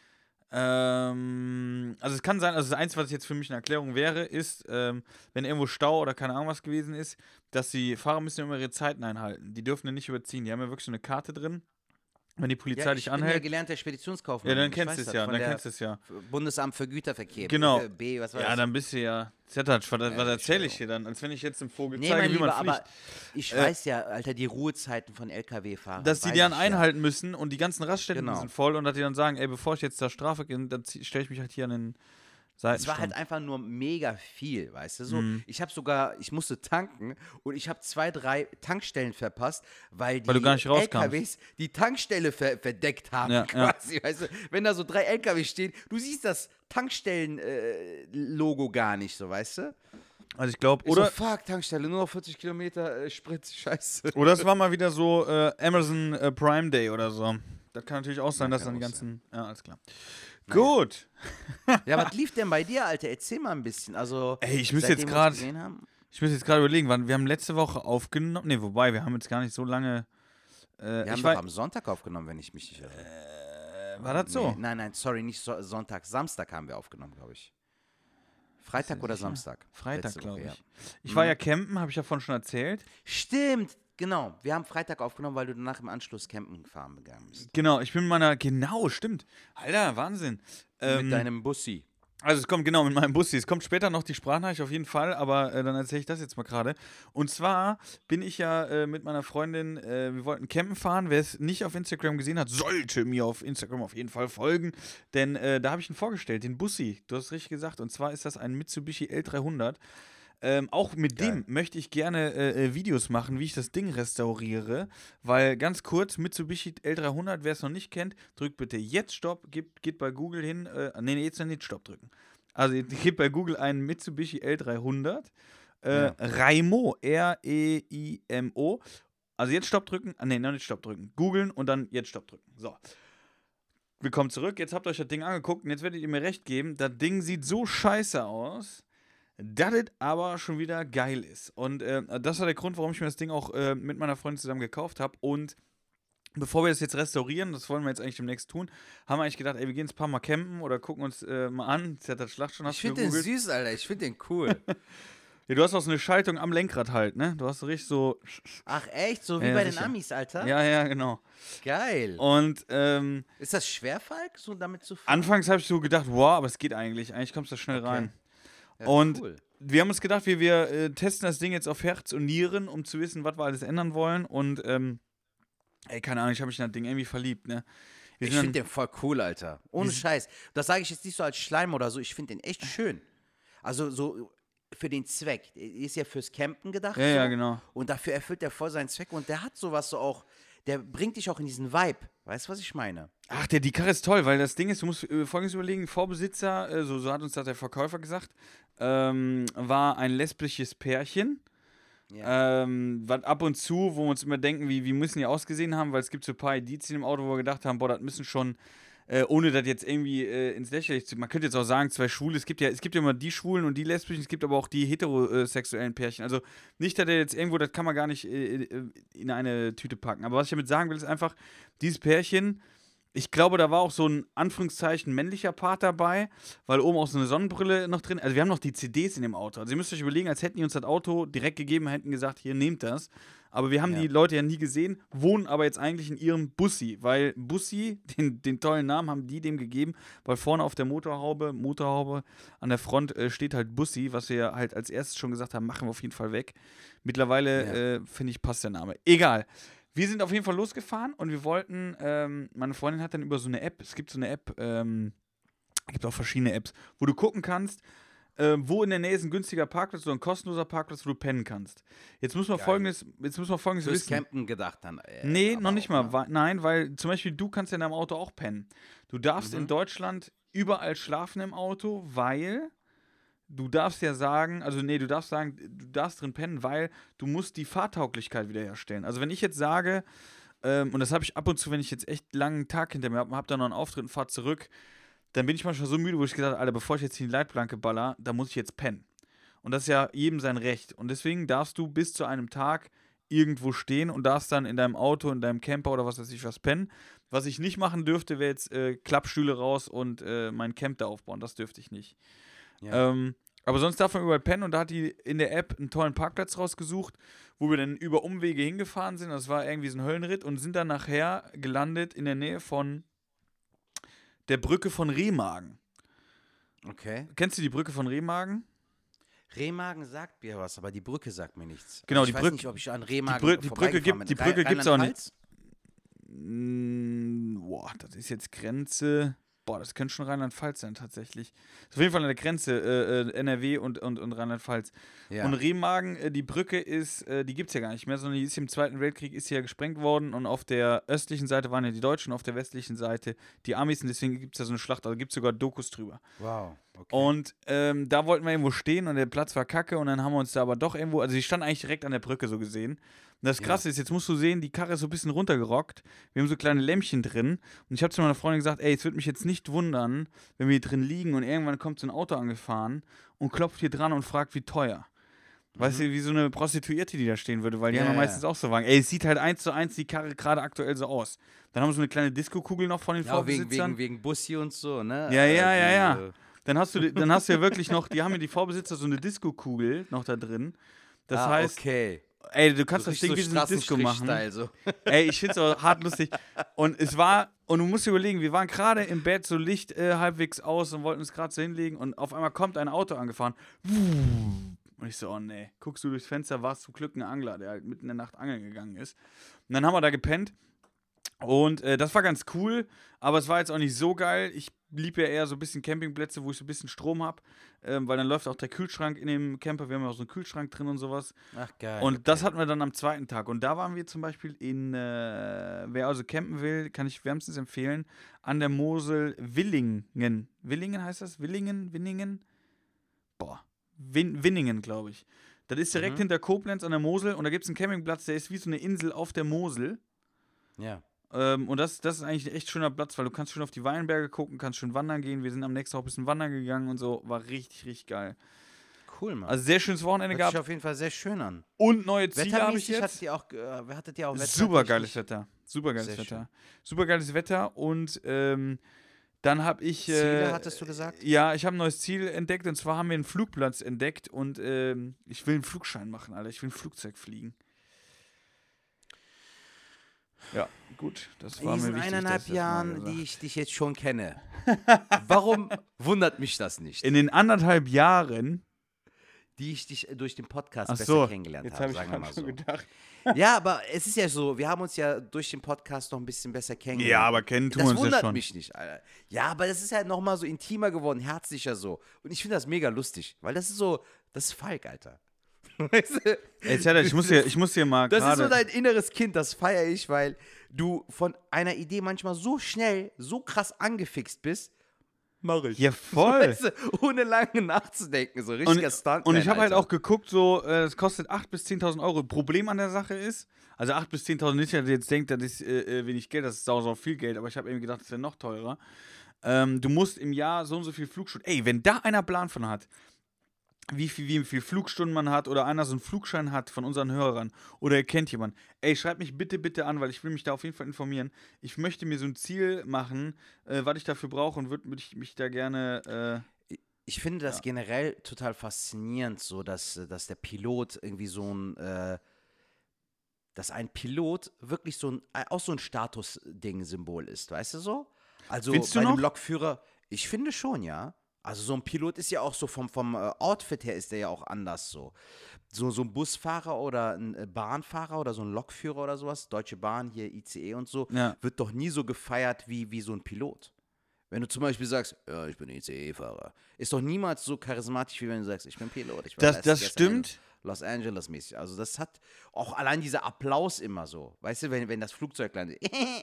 Speaker 2: Ähm, also es kann sein, also das Einzige, was jetzt für mich eine Erklärung wäre, ist, ähm, wenn irgendwo Stau oder keine Ahnung was gewesen ist, dass die Fahrer müssen immer ihre Zeiten einhalten. Die dürfen ja nicht überziehen. Die haben ja wirklich so eine Karte drin. Wenn die Polizei
Speaker 1: Ja,
Speaker 2: dich
Speaker 1: ich bin ja
Speaker 2: anhält.
Speaker 1: gelernter Speditionskaufmann.
Speaker 2: Ja, dann
Speaker 1: Ich
Speaker 2: kennst
Speaker 1: weiß
Speaker 2: du es
Speaker 1: das,
Speaker 2: ja,
Speaker 1: von
Speaker 2: dann
Speaker 1: der
Speaker 2: kennst du es ja.
Speaker 1: Bundesamt für Güterverkehr.
Speaker 2: Genau.
Speaker 1: B, B was war
Speaker 2: Ja,
Speaker 1: das?
Speaker 2: dann bist du ja. Zettatsch, was,
Speaker 1: Ja,
Speaker 2: was erzähle ich
Speaker 1: Entschuldigung.
Speaker 2: dir dann? Als wenn ich jetzt im Vogel
Speaker 1: Nee,
Speaker 2: zeige,
Speaker 1: mein
Speaker 2: wie man
Speaker 1: Lieber,
Speaker 2: fliegt.
Speaker 1: aber ich
Speaker 2: Äh,
Speaker 1: weiß ja, Alter, die Ruhezeiten von L K W-Fahrern.
Speaker 2: Dass die
Speaker 1: weiß
Speaker 2: die dann
Speaker 1: ich
Speaker 2: einhalten müssen und die ganzen Raststätten
Speaker 1: Genau.
Speaker 2: sind voll und dass die dann sagen, ey, bevor ich jetzt da Strafe gehe, dann stelle ich mich halt hier an den
Speaker 1: Es war
Speaker 2: Seitenstand.
Speaker 1: halt einfach nur mega viel, weißt du so.
Speaker 2: Mhm.
Speaker 1: Ich habe sogar, ich musste tanken und ich habe zwei, drei Tankstellen verpasst, weil die
Speaker 2: Weil du gar nicht rauskommst.
Speaker 1: L K Ws die Tankstelle ver verdeckt haben,
Speaker 2: Ja, ja.
Speaker 1: quasi, weißt du. Wenn da so drei L K Ws stehen, du siehst das Tankstellen-Logo gar nicht, so, weißt du.
Speaker 2: Also ich glaube,
Speaker 1: Ich
Speaker 2: oder,
Speaker 1: so, fuck, Tankstelle, nur noch vierzig Kilometer äh, Sprit, scheiße.
Speaker 2: oder es war mal wieder so äh, Amazon äh, Prime Day oder so. Das kann natürlich auch sein,
Speaker 1: Ja,
Speaker 2: dass
Speaker 1: kann
Speaker 2: dann die
Speaker 1: auch
Speaker 2: ganzen. Ja, alles klar.
Speaker 1: Naja.
Speaker 2: Gut.
Speaker 1: Ja, was lief denn bei dir, Alter? Erzähl mal ein bisschen. Also,
Speaker 2: Ey, ich müsste
Speaker 1: seitdem
Speaker 2: jetzt
Speaker 1: wir uns
Speaker 2: grad-
Speaker 1: gesehen haben-
Speaker 2: Ich muss jetzt gerade überlegen, wann, wir haben letzte Woche aufgenommen. Ne, wobei, wir haben jetzt gar nicht so lange. Äh,
Speaker 1: Wir haben
Speaker 2: ich
Speaker 1: doch
Speaker 2: weiß,
Speaker 1: am Sonntag aufgenommen, wenn ich mich nicht irre.
Speaker 2: äh, war das so?
Speaker 1: Nee, nein, nein, sorry, nicht so, Sonntag, Samstag haben wir aufgenommen, glaube ich. Freitag oder
Speaker 2: sicher?
Speaker 1: Samstag?
Speaker 2: Freitag,
Speaker 1: Letzte
Speaker 2: glaube
Speaker 1: Woche,
Speaker 2: ich.
Speaker 1: ja.
Speaker 2: Ich
Speaker 1: Mhm.
Speaker 2: war ja campen, habe ich ja vorhin schon erzählt.
Speaker 1: Stimmt, genau. Wir haben Freitag aufgenommen, weil du danach im Anschluss campen gefahren gegangen bist.
Speaker 2: Genau, ich bin mit meiner, genau, stimmt. Alter, Wahnsinn. Ähm,
Speaker 1: Mit deinem Bussi.
Speaker 2: Also es kommt genau mit meinem Bussi. Es kommt später noch die Sprachnachricht auf jeden Fall, aber äh, dann erzähle ich das jetzt mal gerade. Und zwar bin ich ja äh, mit meiner Freundin, äh, wir wollten campen fahren. Wer es nicht auf Instagram gesehen hat, sollte mir auf Instagram auf jeden Fall folgen, denn äh, da habe ich ihn vorgestellt, den Bussi. Du hast richtig gesagt. Und zwar ist das ein Mitsubishi L dreihundert. Ähm, auch mit
Speaker 1: Geil.
Speaker 2: dem möchte ich gerne äh, äh, Videos machen, wie ich das Ding restauriere. Weil ganz kurz, Mitsubishi L dreihundert, wer es noch nicht kennt, drückt bitte jetzt Stopp, geht, geht bei Google hin. Äh, nee, nee, jetzt noch nicht Stopp drücken. Also geht bei Google einen Mitsubishi L dreihundert. Äh,
Speaker 1: Ja.
Speaker 2: Raimo, R E I M O. Also jetzt Stopp drücken. Ah, nee, noch nicht Stopp drücken. Googeln und dann jetzt Stopp drücken. So. Willkommen zurück. Jetzt habt ihr euch das Ding angeguckt und jetzt werdet ihr mir recht geben, das Ding sieht so scheiße aus, dass es aber schon wieder geil ist. Und äh, das war der Grund, warum ich mir das Ding auch äh, mit meiner Freundin zusammen gekauft habe. Und bevor wir das jetzt restaurieren, das wollen wir jetzt eigentlich demnächst tun, haben wir eigentlich gedacht, ey, wir gehen jetzt ein paar Mal campen oder gucken uns äh, mal an. Jetzt hat das Schlacht schon
Speaker 1: Ich finde den süß, Alter. Ich finde den cool.
Speaker 2: Ja, du hast auch so eine Schaltung am Lenkrad halt, ne? Du hast so richtig so.
Speaker 1: Ach echt? So wie
Speaker 2: Ja,
Speaker 1: bei
Speaker 2: sicher.
Speaker 1: den Amis, Alter?
Speaker 2: Ja, ja, genau.
Speaker 1: Geil.
Speaker 2: Und ähm,
Speaker 1: Ist das schwer, Falk, so damit zu fahren?
Speaker 2: anfangs habe ich so gedacht, wow, aber es geht eigentlich. Eigentlich kommst du da schnell
Speaker 1: Okay.
Speaker 2: rein.
Speaker 1: Ja,
Speaker 2: Und
Speaker 1: cool.
Speaker 2: wir haben uns gedacht, wir, wir äh, testen das Ding jetzt auf Herz und Nieren, um zu wissen, was wir alles ändern wollen. Und, ähm, ey, keine Ahnung, ich habe mich in das Ding irgendwie verliebt, ne? Wir
Speaker 1: Ich
Speaker 2: sind
Speaker 1: finde
Speaker 2: dann-
Speaker 1: den voll cool, Alter. Ohne
Speaker 2: Wir-
Speaker 1: Scheiß. Das sage ich jetzt nicht so als Schleim oder so. Ich finde den echt schön. Also so für den Zweck. Ist ja fürs Campen gedacht.
Speaker 2: Ja,
Speaker 1: so.
Speaker 2: ja, genau.
Speaker 1: Und dafür erfüllt er voll seinen Zweck. Und der hat sowas so auch, der bringt dich auch in diesen Vibe. Weißt du, was ich meine?
Speaker 2: Ach, der, die Karre ist toll, weil das Ding ist, du musst äh, Folgendes überlegen, Vorbesitzer, äh, so, so hat uns das der Verkäufer gesagt, ähm, war ein lesbisches Pärchen,
Speaker 1: Ja.
Speaker 2: ähm, was ab und zu, wo wir uns immer denken, wie, wie müssen die ausgesehen haben, weil es gibt so ein paar Indizien im Auto, wo wir gedacht haben, boah, das müssen schon, äh, ohne das jetzt irgendwie äh, ins Lächerliche zu, man könnte jetzt auch sagen, zwei Schwule, es gibt ja, es gibt ja immer die Schwulen und die Lesbischen, es gibt aber auch die heterosexuellen Pärchen, also nicht, dass der jetzt irgendwo, das kann man gar nicht äh, äh, in eine Tüte packen, aber was ich damit sagen will, ist einfach, dieses Pärchen, ich glaube, da war auch so ein Anführungszeichen männlicher Part dabei, weil oben auch so eine Sonnenbrille noch drin. Also wir haben noch die C Ds in dem Auto. Also ihr müsst euch überlegen, als hätten die uns das Auto direkt gegeben, hätten gesagt, hier nehmt das. Aber wir haben
Speaker 1: Ja.
Speaker 2: die Leute ja nie gesehen, wohnen aber jetzt eigentlich in ihrem Bussi, weil Bussi, den, den tollen Namen haben die dem gegeben, weil vorne auf der Motorhaube, Motorhaube an der Front äh, steht halt Bussi, was wir halt als erstes schon gesagt haben, machen wir auf jeden Fall weg. Mittlerweile,
Speaker 1: Ja.
Speaker 2: äh, finde ich, passt der Name. Egal. Wir sind auf jeden Fall losgefahren und wir wollten, ähm, meine Freundin hat dann über so eine App, es gibt so eine App, ähm, es gibt auch verschiedene Apps, wo du gucken kannst, ähm, wo in der Nähe ist ein günstiger Parkplatz oder ein kostenloser Parkplatz, wo du pennen kannst. Jetzt muss man
Speaker 1: Geil.
Speaker 2: folgendes, jetzt muss man folgendes
Speaker 1: Fürs
Speaker 2: wissen.
Speaker 1: Campen gedacht dann. Äh,
Speaker 2: Nee,
Speaker 1: aber
Speaker 2: noch nicht
Speaker 1: auch,
Speaker 2: mal.
Speaker 1: ne?
Speaker 2: Weil, nein, weil zum Beispiel du kannst ja in deinem Auto auch pennen. Du darfst
Speaker 1: Mhm.
Speaker 2: in Deutschland überall schlafen im Auto, weil du darfst ja sagen, also nee, du darfst sagen, du darfst drin pennen, weil du musst die Fahrtauglichkeit wiederherstellen. Also wenn ich jetzt sage, ähm, und das habe ich ab und zu, wenn ich jetzt echt einen langen Tag hinter mir habe, habe dann noch einen Auftritt und fahre zurück, dann bin ich manchmal so müde, wo ich gesagt habe, Alter, bevor ich jetzt in die Leitplanke baller, da muss ich jetzt pennen. Und das ist ja jedem sein Recht. Und deswegen darfst du bis zu einem Tag irgendwo stehen und darfst dann in deinem Auto, in deinem Camper oder was weiß ich was pennen. Was ich nicht machen dürfte, wäre jetzt äh, Klappstühle raus und äh, mein Camp da aufbauen. Das dürfte ich nicht.
Speaker 1: Ja.
Speaker 2: Ähm, aber sonst darf man überall pennen und da hat die in der App einen tollen Parkplatz rausgesucht, wo wir dann über Umwege hingefahren sind. Das war irgendwie so ein Höllenritt und sind dann nachher gelandet in der Nähe von der Brücke von Remagen.
Speaker 1: Okay.
Speaker 2: Kennst du die Brücke von Remagen?
Speaker 1: Remagen sagt mir was, aber die Brücke sagt mir nichts.
Speaker 2: Genau,
Speaker 1: ich
Speaker 2: die
Speaker 1: weiß
Speaker 2: Brücke-
Speaker 1: nicht, ob ich an Remagen
Speaker 2: Brü- die Brücke
Speaker 1: vorbeigefahren
Speaker 2: gibt-
Speaker 1: bin.
Speaker 2: die
Speaker 1: Rhein-
Speaker 2: Brücke gibt's auch nicht.
Speaker 1: Rheinland-Pfalz?
Speaker 2: Mm, boah, das ist jetzt Grenze. Boah, das könnte schon Rheinland-Pfalz sein, tatsächlich. Das ist auf jeden Fall an der Grenze, äh, äh, N R W und, und, und Rheinland-Pfalz.
Speaker 1: Ja.
Speaker 2: Und Remagen, äh, die Brücke ist, äh, die gibt es ja gar nicht mehr, sondern die ist im Zweiten Weltkrieg, ist sie ja gesprengt worden und auf der östlichen Seite waren ja die Deutschen, auf der westlichen Seite die Amis und deswegen gibt es ja so eine Schlacht, also gibt es sogar Dokus drüber.
Speaker 1: Wow. Okay.
Speaker 2: Und ähm, da wollten wir irgendwo stehen und der Platz war kacke und dann haben wir uns da aber doch irgendwo, also die stand eigentlich direkt an der Brücke so gesehen. Und das
Speaker 1: Ja.
Speaker 2: Krasse ist, jetzt musst du sehen, die Karre ist so ein bisschen runtergerockt. Wir haben so kleine Lämpchen drin und ich habe zu meiner Freundin gesagt, ey, es würde mich jetzt nicht wundern, wenn wir hier drin liegen und irgendwann kommt so ein Auto angefahren und klopft hier dran und fragt, wie teuer. Weißt du, wie so eine Prostituierte, die da stehen würde, weil die
Speaker 1: Ja,
Speaker 2: haben ja
Speaker 1: ja.
Speaker 2: meistens auch so Wagen. Ey, es sieht halt eins zu eins die Karre gerade aktuell so aus. Dann haben wir so eine kleine Disco-Kugel noch von den
Speaker 1: ja, wegen,
Speaker 2: Vorbesitzern.
Speaker 1: wegen, wegen Bussi und so, ne?
Speaker 2: Ja, ja,
Speaker 1: Äh,
Speaker 2: ja, ja.
Speaker 1: diese-
Speaker 2: dann hast du, dann hast du ja wirklich noch, die haben ja die Vorbesitzer so eine Disco-Kugel noch da drin. Das
Speaker 1: ah,
Speaker 2: heißt,
Speaker 1: okay.
Speaker 2: ey, du kannst
Speaker 1: so
Speaker 2: das Ding wie so eine Disco machen.
Speaker 1: So.
Speaker 2: Ey, ich find's auch hart lustig. Und es war, und du musst dir überlegen, wir waren gerade im Bett, so Licht äh, halbwegs aus und wollten uns gerade so hinlegen und auf einmal kommt ein Auto angefahren. Und ich so, oh nee, guckst du durchs Fenster, war es zum Glück ein Angler, der halt mitten in der Nacht angeln gegangen ist. Und dann haben wir da gepennt. Und äh, das war ganz cool, aber es war jetzt auch nicht so geil. Ich liebe ja eher so ein bisschen Campingplätze, wo ich so ein bisschen Strom habe, ähm, weil dann läuft auch der Kühlschrank in dem Camper. Wir haben ja auch so einen Kühlschrank drin und sowas.
Speaker 1: Ach geil.
Speaker 2: Und
Speaker 1: okay.
Speaker 2: das hatten wir dann am zweiten Tag. Und da waren wir zum Beispiel in, äh, wer also campen will, kann ich wärmstens empfehlen, an der Mosel Willingen. Willingen heißt das? Willingen? Winningen? Boah, Win Winningen, glaube ich. Das ist direkt mhm. hinter Koblenz an der Mosel und da gibt es einen Campingplatz, der ist wie so eine Insel auf der Mosel.
Speaker 1: Ja.
Speaker 2: Ähm, und das, das ist eigentlich ein echt schöner Platz, weil du kannst schön auf die Weinberge gucken, kannst schön wandern gehen. Wir sind am nächsten Tag ein bisschen wandern gegangen und so. War richtig, richtig geil.
Speaker 1: Cool, Mann.
Speaker 2: Also sehr schönes Wochenende
Speaker 1: Hört
Speaker 2: gehabt.
Speaker 1: sich auf jeden Fall sehr schön an.
Speaker 2: Und neue Ziele habe ich jetzt.
Speaker 1: Hattet ihr auch, äh, hattet ihr auch
Speaker 2: Super geiles Wetter. Super geiles
Speaker 1: Sehr
Speaker 2: Wetter.
Speaker 1: schön.
Speaker 2: Super geiles Wetter und ähm, dann habe ich... Äh,
Speaker 1: Ziele, hattest du gesagt?
Speaker 2: Ja, ich habe ein neues Ziel entdeckt und zwar haben wir einen Flugplatz entdeckt und ähm, ich will einen Flugschein machen, Alter. Ich will ein Flugzeug fliegen. Ja, gut. Das war
Speaker 1: In diesen
Speaker 2: mir wichtig,
Speaker 1: eineinhalb
Speaker 2: dass ich das mal
Speaker 1: Jahren,
Speaker 2: gesagt.
Speaker 1: die ich dich jetzt schon kenne, warum wundert mich das nicht?
Speaker 2: In den anderthalb Jahren...
Speaker 1: Die ich dich durch den Podcast
Speaker 2: Ach
Speaker 1: besser
Speaker 2: so,
Speaker 1: kennengelernt
Speaker 2: jetzt
Speaker 1: habe,
Speaker 2: hab ich
Speaker 1: sagen wir mal
Speaker 2: schon
Speaker 1: so.
Speaker 2: gedacht.
Speaker 1: Ja, aber es ist ja so, wir haben uns ja durch den Podcast noch ein bisschen besser kennengelernt.
Speaker 2: Ja, aber kennen tun
Speaker 1: das
Speaker 2: wir uns ja
Speaker 1: wundert
Speaker 2: schon.
Speaker 1: mich nicht, Alter. Ja, aber das ist halt nochmal so intimer geworden, herzlicher so. Und ich finde das mega lustig, weil das ist so, das ist Falk, Alter. Weißt du?
Speaker 2: Ey, Zedda, ich muss dir, ich muss dir mal
Speaker 1: Das
Speaker 2: grade,
Speaker 1: ist so dein inneres Kind, das feiere ich, weil du von einer Idee manchmal so schnell, so krass angefixt bist. Mach ich.
Speaker 2: Ja, voll.
Speaker 1: Weißt du, ohne lange nachzudenken, so richtiger Stuntman,
Speaker 2: Und ich habe halt
Speaker 1: Alter.
Speaker 2: auch geguckt, so, äh, es kostet achttausend bis zehntausend Euro. Problem an der Sache ist, also achttausend bis zehntausend, nicht, dass ihr jetzt denkt, das ist äh, wenig Geld, das ist sau, sau viel Geld, aber ich habe irgendwie gedacht, das wäre noch teurer. Ähm, du musst im Jahr so und so viel Flugstunden, ey, wenn da einer Plan von hat, wie viel, wie viel Flugstunden man hat oder einer so einen Flugschein hat von unseren Hörern oder ihr kennt jemanden, ey, schreibt mich bitte, bitte an, weil ich will mich da auf jeden Fall informieren. Ich möchte mir so ein Ziel machen, äh, was ich dafür brauche und würde würd ich mich da gerne... Äh,
Speaker 1: Ich finde das
Speaker 2: Ja.
Speaker 1: generell total faszinierend, so dass, dass der Pilot irgendwie so ein, äh, dass ein Pilot wirklich so ein, äh, auch so ein Status-Ding-Symbol ist, weißt du so? Also
Speaker 2: Findest du
Speaker 1: bei einem
Speaker 2: noch?
Speaker 1: Lokführer, ich finde schon, ja. Also so ein Pilot ist ja auch so vom, vom äh, Outfit her ist der ja auch anders so. So, so ein Busfahrer oder ein äh, Bahnfahrer oder so ein Lokführer oder sowas, Deutsche Bahn, hier I C E und so,
Speaker 2: Ja.
Speaker 1: wird doch nie so gefeiert wie, wie so ein Pilot. Wenn du zum Beispiel sagst, ja, ich bin I C E-Fahrer, ist doch niemals so charismatisch, wie wenn du sagst, ich bin Pilot. Ich war
Speaker 2: Das-
Speaker 1: letztes-
Speaker 2: das
Speaker 1: gestern in
Speaker 2: stimmt.
Speaker 1: Los Angeles mäßig. Also das hat auch allein dieser Applaus immer so. Weißt du, wenn, wenn das Flugzeug landet.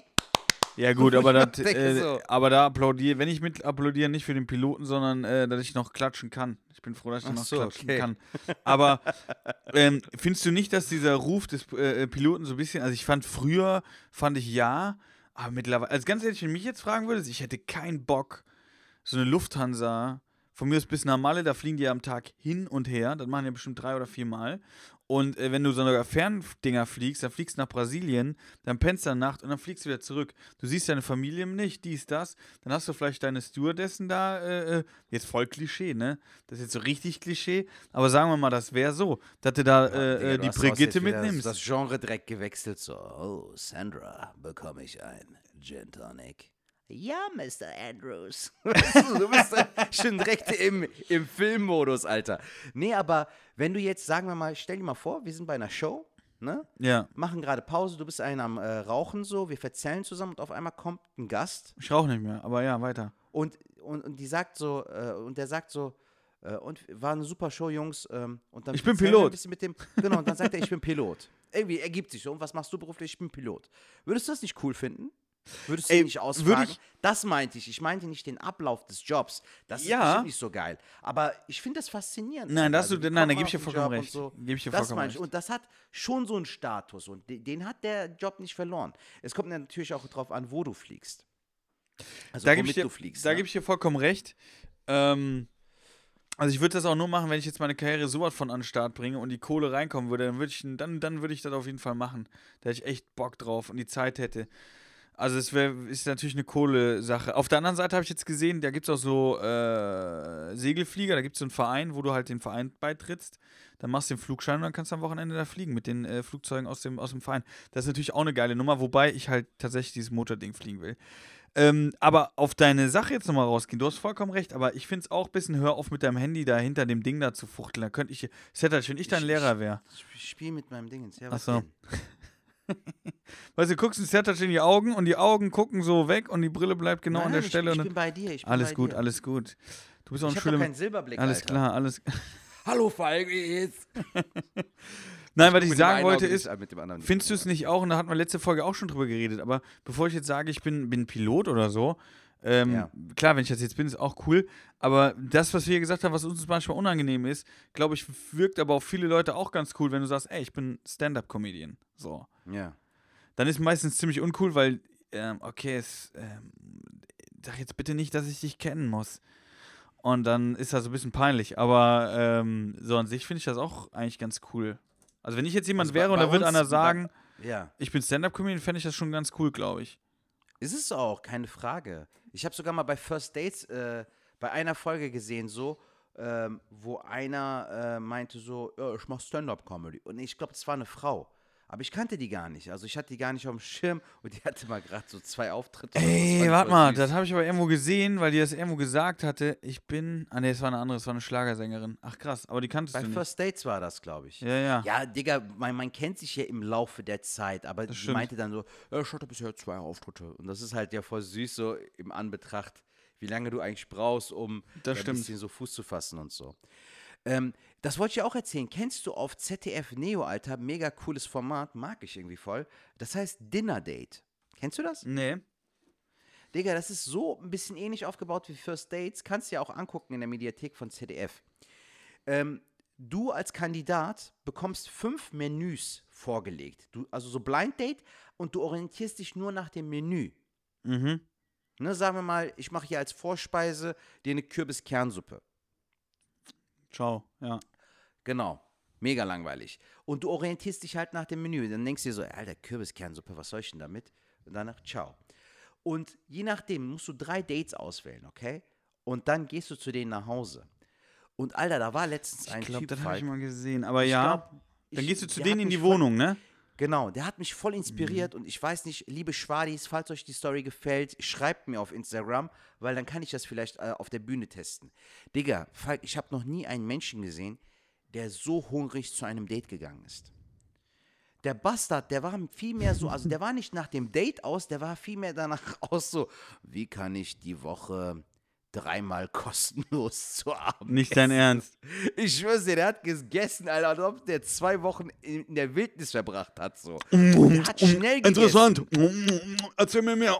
Speaker 2: Ja gut, aber, das,
Speaker 1: Ich denke
Speaker 2: äh,
Speaker 1: so.
Speaker 2: aber da applaudiere, wenn ich mit applaudiere, nicht für den Piloten, sondern äh, dass ich noch klatschen kann. Ich bin froh, dass ich
Speaker 1: Ach
Speaker 2: noch
Speaker 1: so,
Speaker 2: klatschen
Speaker 1: okay.
Speaker 2: kann. Aber ähm, findest du nicht, dass dieser Ruf des äh, Piloten so ein bisschen, also ich fand früher, fand ich ja, aber mittlerweile, also ganz ehrlich, wenn du mich jetzt fragen würdest, ich hätte keinen Bock, so eine Lufthansa, von mir aus bis nach Malle, da fliegen die ja am Tag hin und her, das machen ja bestimmt drei oder vier Mal. Und äh, wenn du so eine Ferndinger fliegst, dann fliegst du nach Brasilien, dann pennst du eine Nacht und dann fliegst du wieder zurück. Du siehst deine Familie nicht, dies, das. Dann hast du vielleicht deine Stewardessen da, äh, äh, jetzt voll Klischee, ne? Das ist jetzt so richtig Klischee. Aber sagen wir mal, das wäre so, dass du da äh,
Speaker 1: Digga,
Speaker 2: äh,
Speaker 1: du
Speaker 2: die
Speaker 1: hast raus
Speaker 2: Brigitte
Speaker 1: jetzt wieder
Speaker 2: mitnimmst.
Speaker 1: Das Genre direkt gewechselt. So, oh, Sandra, bekomme ich ein Gin Tonic. Ja, Mister Andrews. Weißt du, du bist da schon direkt im, im Filmmodus, Alter. Nee, aber wenn du jetzt, sagen wir mal, stell dir mal vor, wir sind bei einer Show, ne?
Speaker 2: Ja,
Speaker 1: Machen gerade Pause, du bist einer am äh, Rauchen so, wir verzählen zusammen und auf einmal kommt ein Gast
Speaker 2: ich rauche nicht mehr, aber ja, weiter.
Speaker 1: und, und, und die sagt so, äh, und der sagt so, äh, und war eine super Show, Jungs. Ähm, und dann
Speaker 2: Ich bin
Speaker 1: erzählen wir
Speaker 2: Pilot.
Speaker 1: Ein bisschen mit dem, genau, und dann sagt er, ich bin Pilot. Irgendwie ergibt sich so, und was machst du beruflich? Ich bin Pilot. Würdest du das nicht cool finden? Würdest du
Speaker 2: Ey,
Speaker 1: ihn nicht
Speaker 2: würd
Speaker 1: ausfragen?
Speaker 2: ich-
Speaker 1: Das meinte ich. Ich meinte nicht den Ablauf des Jobs. Das ist
Speaker 2: Ja.
Speaker 1: bestimmt nicht so geil. Aber ich finde das faszinierend.
Speaker 2: Nein,
Speaker 1: Alter.
Speaker 2: das du-
Speaker 1: die
Speaker 2: nein, da
Speaker 1: kommen
Speaker 2: geb ich dir
Speaker 1: auf den
Speaker 2: vollkommen
Speaker 1: Job und
Speaker 2: recht.
Speaker 1: So.
Speaker 2: Geb ich dir
Speaker 1: Das
Speaker 2: vollkommen
Speaker 1: meine ich.
Speaker 2: recht.
Speaker 1: Und das hat schon so einen Status. Und den, den hat der Job nicht verloren. Es kommt natürlich auch drauf an, wo du fliegst. Also
Speaker 2: Da gebe ich,
Speaker 1: womit
Speaker 2: dir-
Speaker 1: du fliegst.
Speaker 2: da
Speaker 1: ne?
Speaker 2: geb ich dir vollkommen recht. Ähm, also ich würde das auch nur machen, wenn ich jetzt meine Karriere so was von an den Start bringe und die Kohle reinkommen würde, dann würde ich, dann, dann würde ich das auf jeden Fall machen. Da hätte ich echt Bock drauf und die Zeit hätte. Also es wär, ist natürlich eine Kohle-Sache. Auf der anderen Seite habe ich jetzt gesehen, da gibt es auch so äh, Segelflieger, da gibt es so einen Verein, wo du halt den Verein beitrittst. Dann machst du den Flugschein und dann kannst du am Wochenende da fliegen mit den äh, Flugzeugen aus dem, aus dem Verein. Das ist natürlich auch eine geile Nummer, wobei ich halt tatsächlich dieses Motording fliegen will. Ähm, aber auf deine Sache jetzt nochmal rausgehen, du hast vollkommen recht, aber ich finde es auch ein bisschen, hör auf mit deinem Handy da hinter dem Ding da zu fuchteln. Da könnte ich, es hätte halt, wenn ich dein
Speaker 1: Ich-
Speaker 2: Lehrer wäre.
Speaker 1: Ich spiele mit meinem Ding. Ja,
Speaker 2: Ach
Speaker 1: was
Speaker 2: so.
Speaker 1: denn?
Speaker 2: Weißt du, du guckst ein Zertatsch in die Augen und die Augen gucken so weg und die Brille bleibt genau
Speaker 1: Nein,
Speaker 2: an der
Speaker 1: nein,
Speaker 2: Stelle.
Speaker 1: Ich, ich
Speaker 2: und
Speaker 1: bin bei dir. Ich bin
Speaker 2: alles
Speaker 1: bei
Speaker 2: gut,
Speaker 1: dir.
Speaker 2: alles gut. Du bist auch ein
Speaker 1: Ich habe
Speaker 2: Schüler.
Speaker 1: keinen Silberblick,
Speaker 2: Alles
Speaker 1: Alter.
Speaker 2: klar, alles.
Speaker 1: Hallo, Falk, wie geht's?
Speaker 2: Nein, was ich
Speaker 1: Mit dem
Speaker 2: sagen
Speaker 1: einen
Speaker 2: wollte
Speaker 1: Auge
Speaker 2: ist,
Speaker 1: nicht, mit dem anderen nicht.
Speaker 2: findest du es nicht auch, und da hatten wir letzte Folge auch schon drüber geredet, aber bevor ich jetzt sage, ich bin, bin Pilot oder so, ähm,
Speaker 1: Ja.
Speaker 2: klar, wenn ich das jetzt bin, ist auch cool, aber das, was wir hier gesagt haben, was uns manchmal unangenehm ist, glaube ich, wirkt aber auf viele Leute auch ganz cool, wenn du sagst, ey, ich bin Stand-Up-Comedian, so.
Speaker 1: Ja.
Speaker 2: Dann ist meistens ziemlich uncool, weil, ähm, okay, es, ähm, sag jetzt bitte nicht, dass ich dich kennen muss. Und dann ist das so ein bisschen peinlich, aber ähm, so an sich finde ich das auch eigentlich ganz cool. Also wenn ich jetzt jemand
Speaker 1: Also bei-
Speaker 2: wäre und
Speaker 1: bei
Speaker 2: da würde
Speaker 1: uns-
Speaker 2: einer sagen,
Speaker 1: bei- Ja.
Speaker 2: ich bin Stand-Up-Comedian, fände ich das schon ganz cool, glaube ich.
Speaker 1: Ist es auch, keine Frage. Ich habe sogar mal bei First Dates äh, bei einer Folge gesehen, so, ähm, wo einer äh, meinte so, ja, ich mache Stand-Up-Comedy. Und ich glaube, das war eine Frau. Aber ich kannte die gar nicht. Also ich hatte die gar nicht auf dem Schirm und die hatte mal gerade so zwei Auftritte. oder so. Das
Speaker 2: Ey,
Speaker 1: fand ich
Speaker 2: warte
Speaker 1: voll
Speaker 2: mal,
Speaker 1: süß.
Speaker 2: das habe ich aber irgendwo gesehen, weil die das irgendwo gesagt hatte. Ich bin, ah ne, es war eine andere, es war eine Schlagersängerin. Ach krass, aber die kanntest
Speaker 1: Bei
Speaker 2: du nicht.
Speaker 1: First Dates war das, glaube ich.
Speaker 2: Ja, ja.
Speaker 1: Ja, Digga, man, man kennt sich ja im Laufe der Zeit, aber
Speaker 2: Das
Speaker 1: die
Speaker 2: stimmt.
Speaker 1: meinte dann so, ja, ich hatte bisher zwei Auftritte. Und das ist halt ja voll süß, so im Anbetracht, wie lange du eigentlich brauchst, um
Speaker 2: Das
Speaker 1: ja,
Speaker 2: stimmt.
Speaker 1: ein bisschen so Fuß zu fassen und so. Ähm, das wollte ich ja auch erzählen. Kennst du auf Z D F Neo, Alter, mega cooles Format, mag ich irgendwie voll. Das heißt Dinner Date. Kennst du das?
Speaker 2: Nee.
Speaker 1: Digga, das ist so ein bisschen ähnlich aufgebaut wie First Dates. Kannst du ja auch angucken in der Mediathek von Z D F. Ähm, du als Kandidat bekommst fünf Menüs vorgelegt. Du, also so Blind Date und du orientierst dich nur nach dem Menü.
Speaker 2: Mhm.
Speaker 1: Ne, sagen wir mal, ich mache hier als Vorspeise dir eine Kürbiskernsuppe.
Speaker 2: Ciao, ja.
Speaker 1: Genau. Mega langweilig. Und du orientierst dich halt nach dem Menü. Dann denkst du dir so, Alter, Kürbiskernsuppe, was soll ich denn damit? Und danach, ciao. Und je nachdem musst du drei Dates auswählen, okay? Und dann gehst du zu denen nach Hause. Und Alter, da war letztens ein
Speaker 2: Ich glaube,
Speaker 1: Typ,
Speaker 2: das habe ich
Speaker 1: Falk.
Speaker 2: mal gesehen. Aber
Speaker 1: Ich
Speaker 2: ja,
Speaker 1: glaub,
Speaker 2: dann
Speaker 1: ich-
Speaker 2: gehst du zu
Speaker 1: der
Speaker 2: denen
Speaker 1: hat
Speaker 2: in die
Speaker 1: mich voll-
Speaker 2: Wohnung, ne?
Speaker 1: Genau, der hat mich voll
Speaker 2: Mhm.
Speaker 1: inspiriert und ich weiß nicht, liebe Schwadis, falls euch die Story gefällt, schreibt mir auf Instagram, weil dann kann ich das vielleicht äh, auf der Bühne testen. Digga, Falk, ich habe noch nie einen Menschen gesehen, der so hungrig zu einem Date gegangen ist. Der Bastard, der war viel mehr so, also der war nicht nach dem Date aus, der war viel mehr danach aus so, wie kann ich die Woche dreimal kostenlos zu Abend
Speaker 2: Nicht dein
Speaker 1: essen?
Speaker 2: Ernst.
Speaker 1: Ich schwör's dir, der hat gegessen, Alter, als ob der zwei Wochen in, in der Wildnis verbracht hat, so. Und der hat schnell gegessen.
Speaker 2: Interessant. Erzähl mir mehr.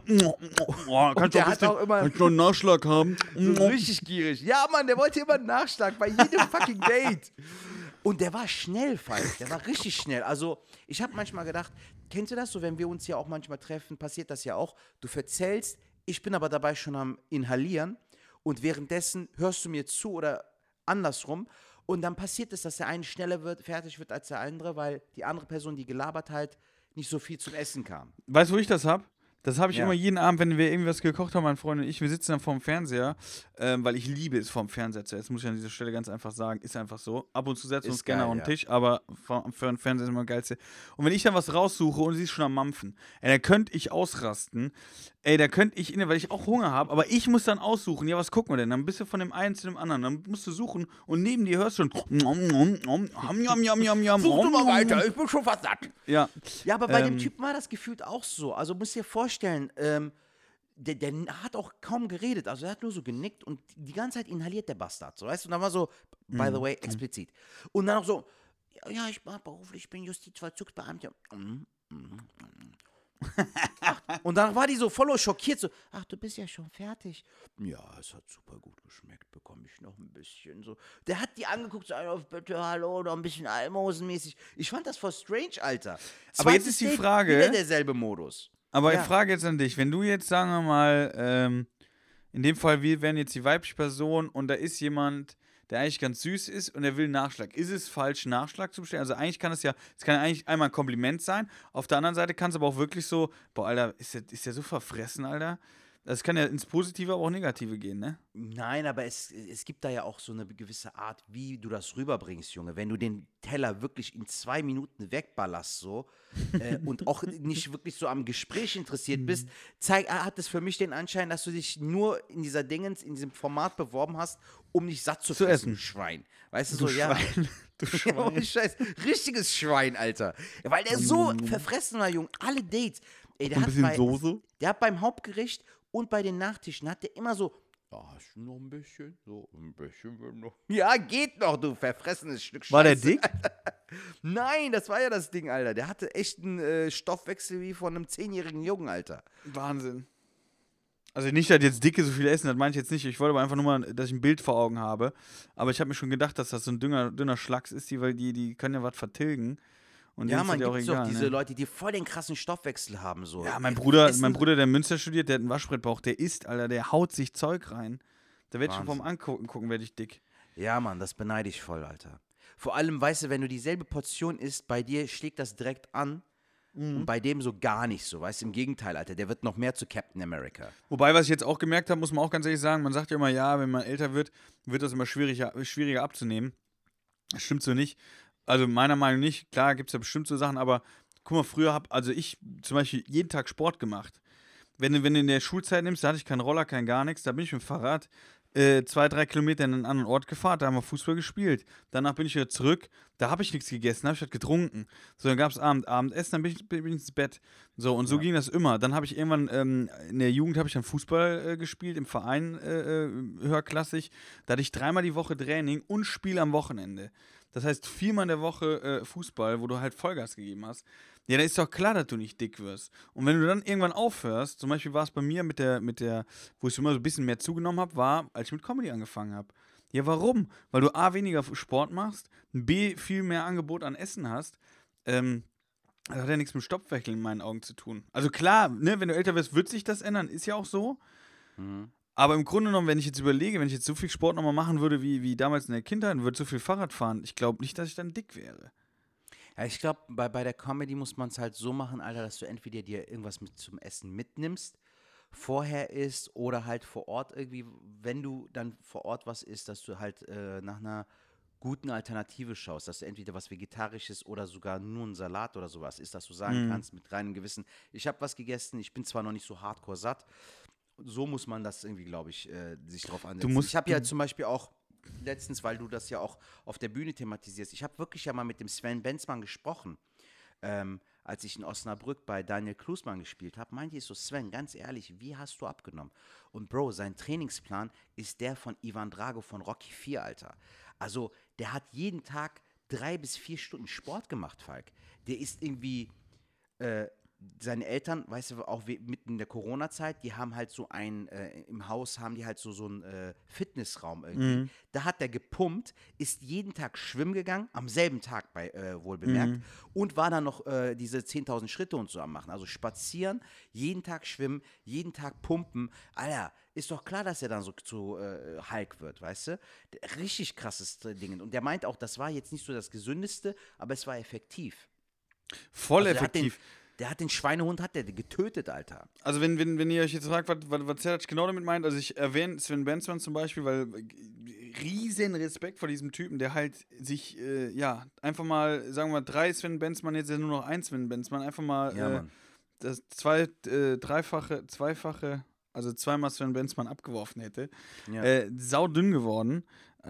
Speaker 2: Oh, kannst du
Speaker 1: der
Speaker 2: ein
Speaker 1: hat
Speaker 2: bisschen,
Speaker 1: auch immer-
Speaker 2: kannst du einen Nachschlag haben?
Speaker 1: So richtig gierig. Ja, Mann, der wollte immer einen Nachschlag bei jedem fucking Date. Und der war schnell, Falk. Der war richtig schnell. Also, ich habe manchmal gedacht, kennst du das so, wenn wir uns ja auch manchmal treffen, passiert das ja auch. Du verzählst, ich bin aber dabei schon am Inhalieren und währenddessen hörst du mir zu oder andersrum. Und dann passiert es, dass der eine schneller wird, fertig wird als der andere, weil die andere Person, die gelabert halt, nicht so viel zum Essen kam.
Speaker 2: Weißt du, wo ich das hab? Das habe ich
Speaker 1: Ja.
Speaker 2: immer jeden Abend, wenn wir irgendwie was gekocht haben, mein Freund und ich, wir sitzen dann vorm Fernseher, ähm, weil ich liebe es, vorm Fernseher zu essen, muss ich an dieser Stelle ganz einfach sagen, ist einfach so. Ab und zu setzen wir
Speaker 1: Ist
Speaker 2: uns gerne
Speaker 1: geil,
Speaker 2: auf den
Speaker 1: ja.
Speaker 2: Tisch, aber vor- für den Fernseher ist immer das Geilste. Und wenn ich dann was raussuche und sie ist schon am Mampfen, ey, da könnte ich ausrasten, ey, da könnte ich, inne, weil ich auch Hunger habe, aber ich muss dann aussuchen, ja, was gucken wir denn? Dann bist du von dem einen zu dem anderen, dann musst du suchen und neben dir hörst du schon, nom, nom, nom, ham, jam, jam, jam, jam,
Speaker 1: Such du mal
Speaker 2: nom,
Speaker 1: weiter, ich bin schon fast satt.
Speaker 2: Ja,
Speaker 1: Ja, aber bei
Speaker 2: Ähm,
Speaker 1: dem Typen war das gefühlt auch so. Also musst dir vorstellen, ähm, der, der hat auch kaum geredet. Also er hat nur so genickt und die ganze Zeit inhaliert der Bastard. So, weißt du, und dann war so, by
Speaker 2: Mhm.
Speaker 1: the way, explizit. Und dann auch so, ja, ja ich war beruflich, ich bin Justizvollzugsbeamter. Mhm, mhm, mhm. Ach, und dann war die so voll schockiert, so, ach, du bist ja schon fertig. Ja, es hat super gut geschmeckt, bekomme ich noch ein bisschen so. Der hat die angeguckt, so, auf bitte, hallo, noch ein bisschen almosenmäßig. Ich fand das voll strange, Alter.
Speaker 2: Aber jetzt
Speaker 1: Zweites
Speaker 2: ist die
Speaker 1: Date,
Speaker 2: Frage-
Speaker 1: Wieder derselbe Modus.
Speaker 2: aber
Speaker 1: Ja.
Speaker 2: ich frage jetzt an dich, wenn du jetzt, sagen wir mal, ähm, in dem Fall, wir wären jetzt die weibliche Person und da ist jemand, der eigentlich ganz süß ist und er will einen Nachschlag. Ist es falsch, Nachschlag zu bestellen? Also eigentlich kann es ja, es kann ja eigentlich einmal ein Kompliment sein. Auf der anderen Seite kann es aber auch wirklich so, boah, Alter, ist der, ist der so verfressen, Alter? Das kann ja ins Positive, aber auch Negative gehen, ne?
Speaker 1: Nein, aber es, es gibt da ja auch so eine gewisse Art, wie du das rüberbringst, Junge. Wenn du den Teller wirklich in zwei Minuten wegballerst so äh, und auch nicht wirklich so am Gespräch interessiert bist, zeig, hat es für mich den Anschein, dass du dich nur in dieser Dingens, in diesem Format beworben hast, um dich satt zu,
Speaker 2: Zu
Speaker 1: fressen,
Speaker 2: essen.
Speaker 1: du Schwein. Weißt du,
Speaker 2: Du
Speaker 1: so, ja.
Speaker 2: Schwein. Du
Speaker 1: Ja,
Speaker 2: Schwein.
Speaker 1: ohne Scheiß. Richtiges Schwein, Alter. Ja, weil der so verfressen war, Junge. Alle Dates. Ey, der
Speaker 2: Ein
Speaker 1: hat
Speaker 2: bisschen
Speaker 1: bei,
Speaker 2: Soße.
Speaker 1: Der hat beim Hauptgericht und bei den Nachtischen hat der immer so, ja, hast du noch ein bisschen? So, ein bisschen will noch. Ja, geht noch, du verfressenes Stück Scheiße.
Speaker 2: War der dick?
Speaker 1: Nein, das war ja das Ding, Alter. Der hatte echt einen äh, Stoffwechsel wie von einem zehnjährigen Jungen, Alter.
Speaker 2: Wahnsinn. Also nicht, dass jetzt Dicke so viel essen, das meine ich jetzt nicht. Ich wollte aber einfach nur mal, dass ich ein Bild vor Augen habe. Aber ich habe mir schon gedacht, dass das so ein dünner, dünner Schlacks ist, die, weil die, die können ja was vertilgen. Und
Speaker 1: Ja,
Speaker 2: denen ist
Speaker 1: man,
Speaker 2: das auch
Speaker 1: gibt's
Speaker 2: egal,
Speaker 1: doch diese
Speaker 2: ne?
Speaker 1: Leute, die voll den krassen Stoffwechsel haben, so.
Speaker 2: Ja, mein
Speaker 1: Die
Speaker 2: Bruder,
Speaker 1: essen-
Speaker 2: mein Bruder, der in Münster studiert, der hat einen Waschbrettbauch, der isst, Alter, der haut sich Zeug rein. Da werde ich schon vom
Speaker 1: Wahnsinn.
Speaker 2: Angucken, gucken, werde ich dick.
Speaker 1: Ja, Mann, das beneide ich voll, Alter. Vor allem, weißt du, wenn du dieselbe Portion isst, bei dir schlägt das direkt an und bei dem so gar nicht so, weißt du, im Gegenteil, Alter, der wird noch mehr zu Captain America.
Speaker 2: Wobei, was ich jetzt auch gemerkt habe, muss man auch ganz ehrlich sagen, man sagt ja immer, ja, wenn man älter wird, wird das immer schwieriger, schwieriger abzunehmen. Das stimmt so nicht. Also meiner Meinung nach nicht. Klar gibt es ja bestimmt so Sachen, aber guck mal, früher habe also ich zum Beispiel jeden Tag Sport gemacht. Wenn du, wenn du in der Schulzeit nimmst, da hatte ich keinen Roller, kein gar nichts, da bin ich mit dem Fahrrad äh, zwei, drei Kilometer in einen anderen Ort gefahren, da haben wir Fußball gespielt. Danach bin ich wieder zurück, da habe ich nichts gegessen, da habe ich halt getrunken. So, dann gab es Abend, Abendessen, dann bin ich, bin ich ins Bett. So, und so ging das immer. Dann habe ich irgendwann, ähm, in der Jugend habe ich dann Fußball äh, gespielt, im Verein äh, äh, höherklassig. Da hatte ich dreimal die Woche Training und Spiel am Wochenende. Das heißt, viermal in der Woche äh, Fußball, wo du halt Vollgas gegeben hast. Ja, da ist doch klar, dass du nicht dick wirst. Und wenn du dann irgendwann aufhörst, zum Beispiel war es bei mir mit der, mit der, wo ich immer so ein bisschen mehr zugenommen habe, war, als ich mit Comedy angefangen habe. Ja, warum? Weil du A, weniger Sport machst, B, viel mehr Angebot an Essen hast. Ähm, das hat ja nichts mit Stoffwechsel in meinen Augen zu tun. Also klar, ne, wenn du älter wirst, wird sich das ändern, ist ja auch so.
Speaker 1: Mhm.
Speaker 2: Aber im Grunde genommen, wenn ich jetzt überlege, wenn ich jetzt so viel Sport nochmal machen würde wie, wie damals in der Kindheit und würde so viel Fahrrad fahren, ich glaube nicht, dass ich dann dick wäre.
Speaker 1: Ja, ich glaube, bei, bei der Comedy muss man es halt so machen, Alter, dass du entweder dir irgendwas mit zum Essen mitnimmst, vorher isst oder halt vor Ort irgendwie, wenn du dann vor Ort was isst, dass du halt äh, nach einer guten Alternative schaust, dass du entweder was Vegetarisches oder sogar nur einen Salat oder sowas isst, dass du sagen
Speaker 2: Mhm.
Speaker 1: kannst mit reinem Gewissen, ich habe was gegessen, ich bin zwar noch nicht so hardcore satt, so muss man das irgendwie, glaube ich, äh, sich drauf ansetzen.
Speaker 2: musst-
Speaker 1: ich habe ja
Speaker 2: du-
Speaker 1: zum Beispiel auch letztens, weil du das ja auch auf der Bühne thematisierst, ich habe wirklich ja mal mit dem Sven Benzmann gesprochen, ähm, als ich in Osnabrück bei Daniel Klusmann gespielt habe, meinte ich so, Sven, ganz ehrlich, wie hast du abgenommen? Und Bro, sein Trainingsplan ist der von Ivan Drago von Rocky vier, Alter. Also, der hat jeden Tag drei bis vier Stunden Sport gemacht, Falk. Der ist irgendwie, äh, seine Eltern, weißt du, auch we- mitten in der Corona-Zeit, die haben halt so ein, äh, im Haus haben die halt so, so einen äh, Fitnessraum irgendwie.
Speaker 2: Mhm.
Speaker 1: Da hat er gepumpt, ist jeden Tag schwimmen gegangen, am selben Tag bei, äh, wohl bemerkt,
Speaker 2: Mhm.
Speaker 1: und war dann noch äh, diese zehntausend Schritte und so am machen. Also spazieren, jeden Tag schwimmen, jeden Tag pumpen. Alter, ist doch klar, dass er dann so zu äh, Hulk wird, weißt du? Der- Richtig krasses äh, Ding. Und der meint auch, das war jetzt nicht so das Gesündeste, aber es war effektiv.
Speaker 2: Voll
Speaker 1: Also der hat den-
Speaker 2: effektiv.
Speaker 1: Der hat den Schweinehund hat der getötet, Alter.
Speaker 2: Also wenn, wenn, wenn ihr euch jetzt fragt, was, was, was Sertac genau damit meint, also ich erwähne Sven Benzmann zum Beispiel, weil äh, riesen Respekt vor diesem Typen, der halt sich, äh, ja, einfach mal, sagen wir mal, drei Sven Benzmann, jetzt ist ja nur noch ein Sven Benzmann, einfach mal
Speaker 1: Ja,
Speaker 2: äh,
Speaker 1: Mann.
Speaker 2: das zwei, äh, dreifache, zweifache, also zweimal Sven Benzmann abgeworfen hätte.
Speaker 1: Ja.
Speaker 2: Äh, saudünn geworden.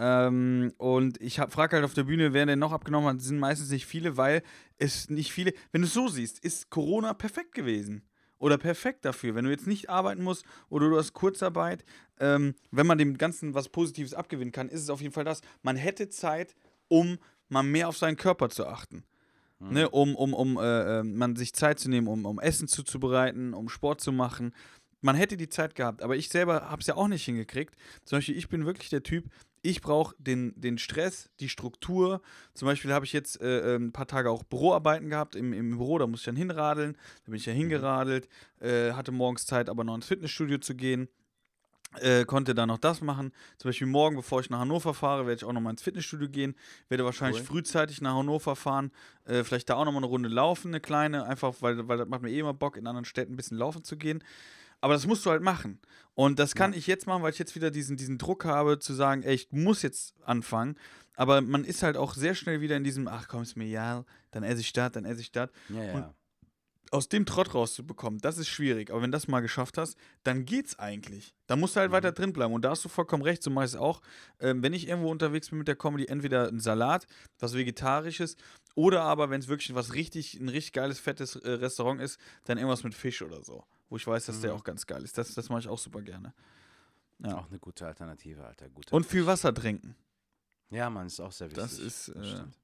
Speaker 2: Ähm, und ich frage halt auf der Bühne, wer denn noch abgenommen hat, sind meistens nicht viele, weil es nicht viele, wenn du es so siehst, ist Corona perfekt gewesen. Oder perfekt dafür, wenn du jetzt nicht arbeiten musst oder du hast Kurzarbeit, ähm, wenn man dem Ganzen was Positives abgewinnen kann, ist es auf jeden Fall das. Man hätte Zeit, um mal mehr auf seinen Körper zu achten. Ne, um um, um äh, äh, man sich Zeit zu nehmen, um, um Essen zuzubereiten, um Sport zu machen. Man hätte die Zeit gehabt, aber ich selber habe es ja auch nicht hingekriegt. Zum Beispiel, ich bin wirklich der Typ, ich brauche den, den Stress, die Struktur. Zum Beispiel habe ich jetzt äh, ein paar Tage auch Büroarbeiten gehabt im, im Büro, da musste ich dann hinradeln. Da bin ich ja hingeradelt, äh, hatte morgens Zeit, aber noch ins Fitnessstudio zu gehen. Äh, konnte dann noch das machen. Zum Beispiel morgen, bevor ich nach Hannover fahre, werde ich auch noch mal ins Fitnessstudio gehen. Werde wahrscheinlich
Speaker 1: Cool.
Speaker 2: frühzeitig nach Hannover fahren. Äh, vielleicht da auch noch mal eine Runde laufen, eine kleine. Einfach, weil, weil das macht mir eh immer Bock, in anderen Städten ein bisschen laufen zu gehen. Aber das musst du halt machen. Und das kann
Speaker 1: Ja.
Speaker 2: ich jetzt machen, weil ich jetzt wieder diesen, diesen Druck habe, zu sagen, ey, ich muss jetzt anfangen. Aber man ist halt auch sehr schnell wieder in diesem, ach komm, ist mir egal, dann esse ich das, dann esse ich das.
Speaker 1: Ja, ja.
Speaker 2: Und aus dem Trott rauszubekommen, das ist schwierig. Aber wenn du das mal geschafft hast, dann geht's eigentlich. Da musst du halt
Speaker 1: Mhm.
Speaker 2: weiter drin bleiben. Und da hast du vollkommen recht, so mache ich es auch. Ähm, wenn ich irgendwo unterwegs bin mit der Comedy, entweder ein Salat, was Vegetarisches, oder aber, wenn es wirklich was richtig, ein richtig geiles, fettes äh, Restaurant ist, dann irgendwas mit Fisch oder so. Wo ich weiß, dass der
Speaker 1: Mhm.
Speaker 2: auch ganz geil ist. Das, das mache ich auch super gerne. Ja.
Speaker 1: Auch eine gute Alternative, Alter. Guter
Speaker 2: Und viel
Speaker 1: Fisch.
Speaker 2: Wasser trinken.
Speaker 1: Ja, Mann, ist auch sehr wichtig.
Speaker 2: Das ist,
Speaker 1: Das
Speaker 2: äh,
Speaker 1: stimmt.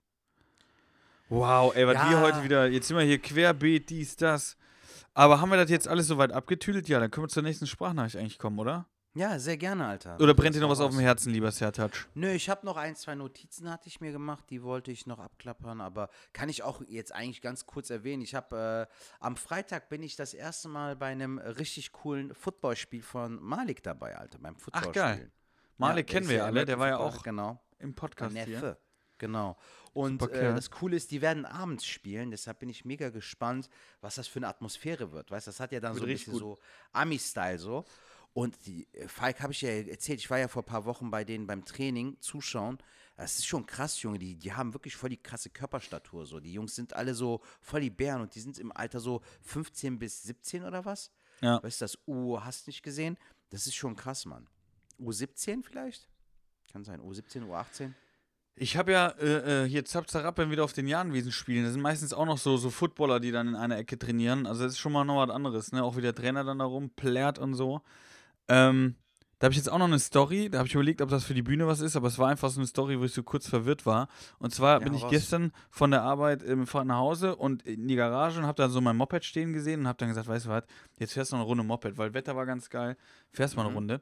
Speaker 2: Wow, ey, was
Speaker 1: Ja.
Speaker 2: wir heute wieder, jetzt sind wir hier querbeet, dies, das. Aber haben wir das jetzt alles soweit abgetüdelt? Ja, dann können wir zur nächsten Sprachnachricht eigentlich kommen, oder?
Speaker 1: Ja, sehr gerne, Alter.
Speaker 2: Oder
Speaker 1: Mach
Speaker 2: brennt
Speaker 1: das
Speaker 2: dir noch
Speaker 1: mal
Speaker 2: was auf
Speaker 1: raus.
Speaker 2: dem Herzen, lieber Sertac?
Speaker 1: Nö, ich habe noch ein, zwei Notizen hatte ich mir gemacht, die wollte ich noch abklappern, aber kann ich auch jetzt eigentlich ganz kurz erwähnen. Ich habe äh, am Freitag bin ich das erste Mal bei einem richtig coolen Footballspiel von Malik dabei, Alter, beim Footballspiel.
Speaker 2: geil. Malik
Speaker 1: der
Speaker 2: kennen
Speaker 1: ist
Speaker 2: wir ja alle, der
Speaker 1: American
Speaker 2: war ja
Speaker 1: Football,
Speaker 2: auch
Speaker 1: genau.
Speaker 2: im
Speaker 1: Mein
Speaker 2: Podcast hier.
Speaker 1: Neffe. Genau. Und
Speaker 2: Super
Speaker 1: äh,
Speaker 2: Kerl.
Speaker 1: das Coole ist, die werden abends spielen, deshalb bin ich mega gespannt, was das für eine Atmosphäre wird. Weißt du, das hat ja dann
Speaker 2: Wird
Speaker 1: so ein
Speaker 2: richtig
Speaker 1: bisschen so Ami-Style so. Und die, äh, Falk, habe ich ja erzählt, ich war ja vor ein paar Wochen bei denen beim Training zuschauen. Das ist schon krass, Junge. Die, die haben wirklich voll die krasse Körperstatur. So. Die Jungs sind alle so voll die Bären und die sind im Alter so fünfzehn bis siebzehn oder was?
Speaker 2: Ja.
Speaker 1: Weißt du, das U hast nicht gesehen? Das ist schon krass, Mann. U siebzehn vielleicht? Kann sein, U siebzehn, U achtzehn?
Speaker 2: Ich habe ja äh, äh, hier Zap Zarab, wenn wir wieder auf den Jahnwiesen spielen. Das sind meistens auch noch so, so Footballer, die dann in einer Ecke trainieren. Also das ist schon mal noch was anderes, ne? Auch wie der Trainer dann da rumplärt und so. Ähm, da habe ich jetzt auch noch eine Story. Da habe ich überlegt, ob das für die Bühne was ist, aber es war einfach so eine Story, wo ich so kurz verwirrt war. Und zwar
Speaker 1: Ja,
Speaker 2: bin
Speaker 1: hau
Speaker 2: ich
Speaker 1: raus.
Speaker 2: gestern von der Arbeit ähm, fahr nach Hause und in die Garage und habe dann so mein Moped stehen gesehen und habe dann gesagt, weißt du was, jetzt fährst du noch eine Runde Moped, weil Wetter war ganz geil. Fährst mal eine
Speaker 1: Mhm.
Speaker 2: Runde.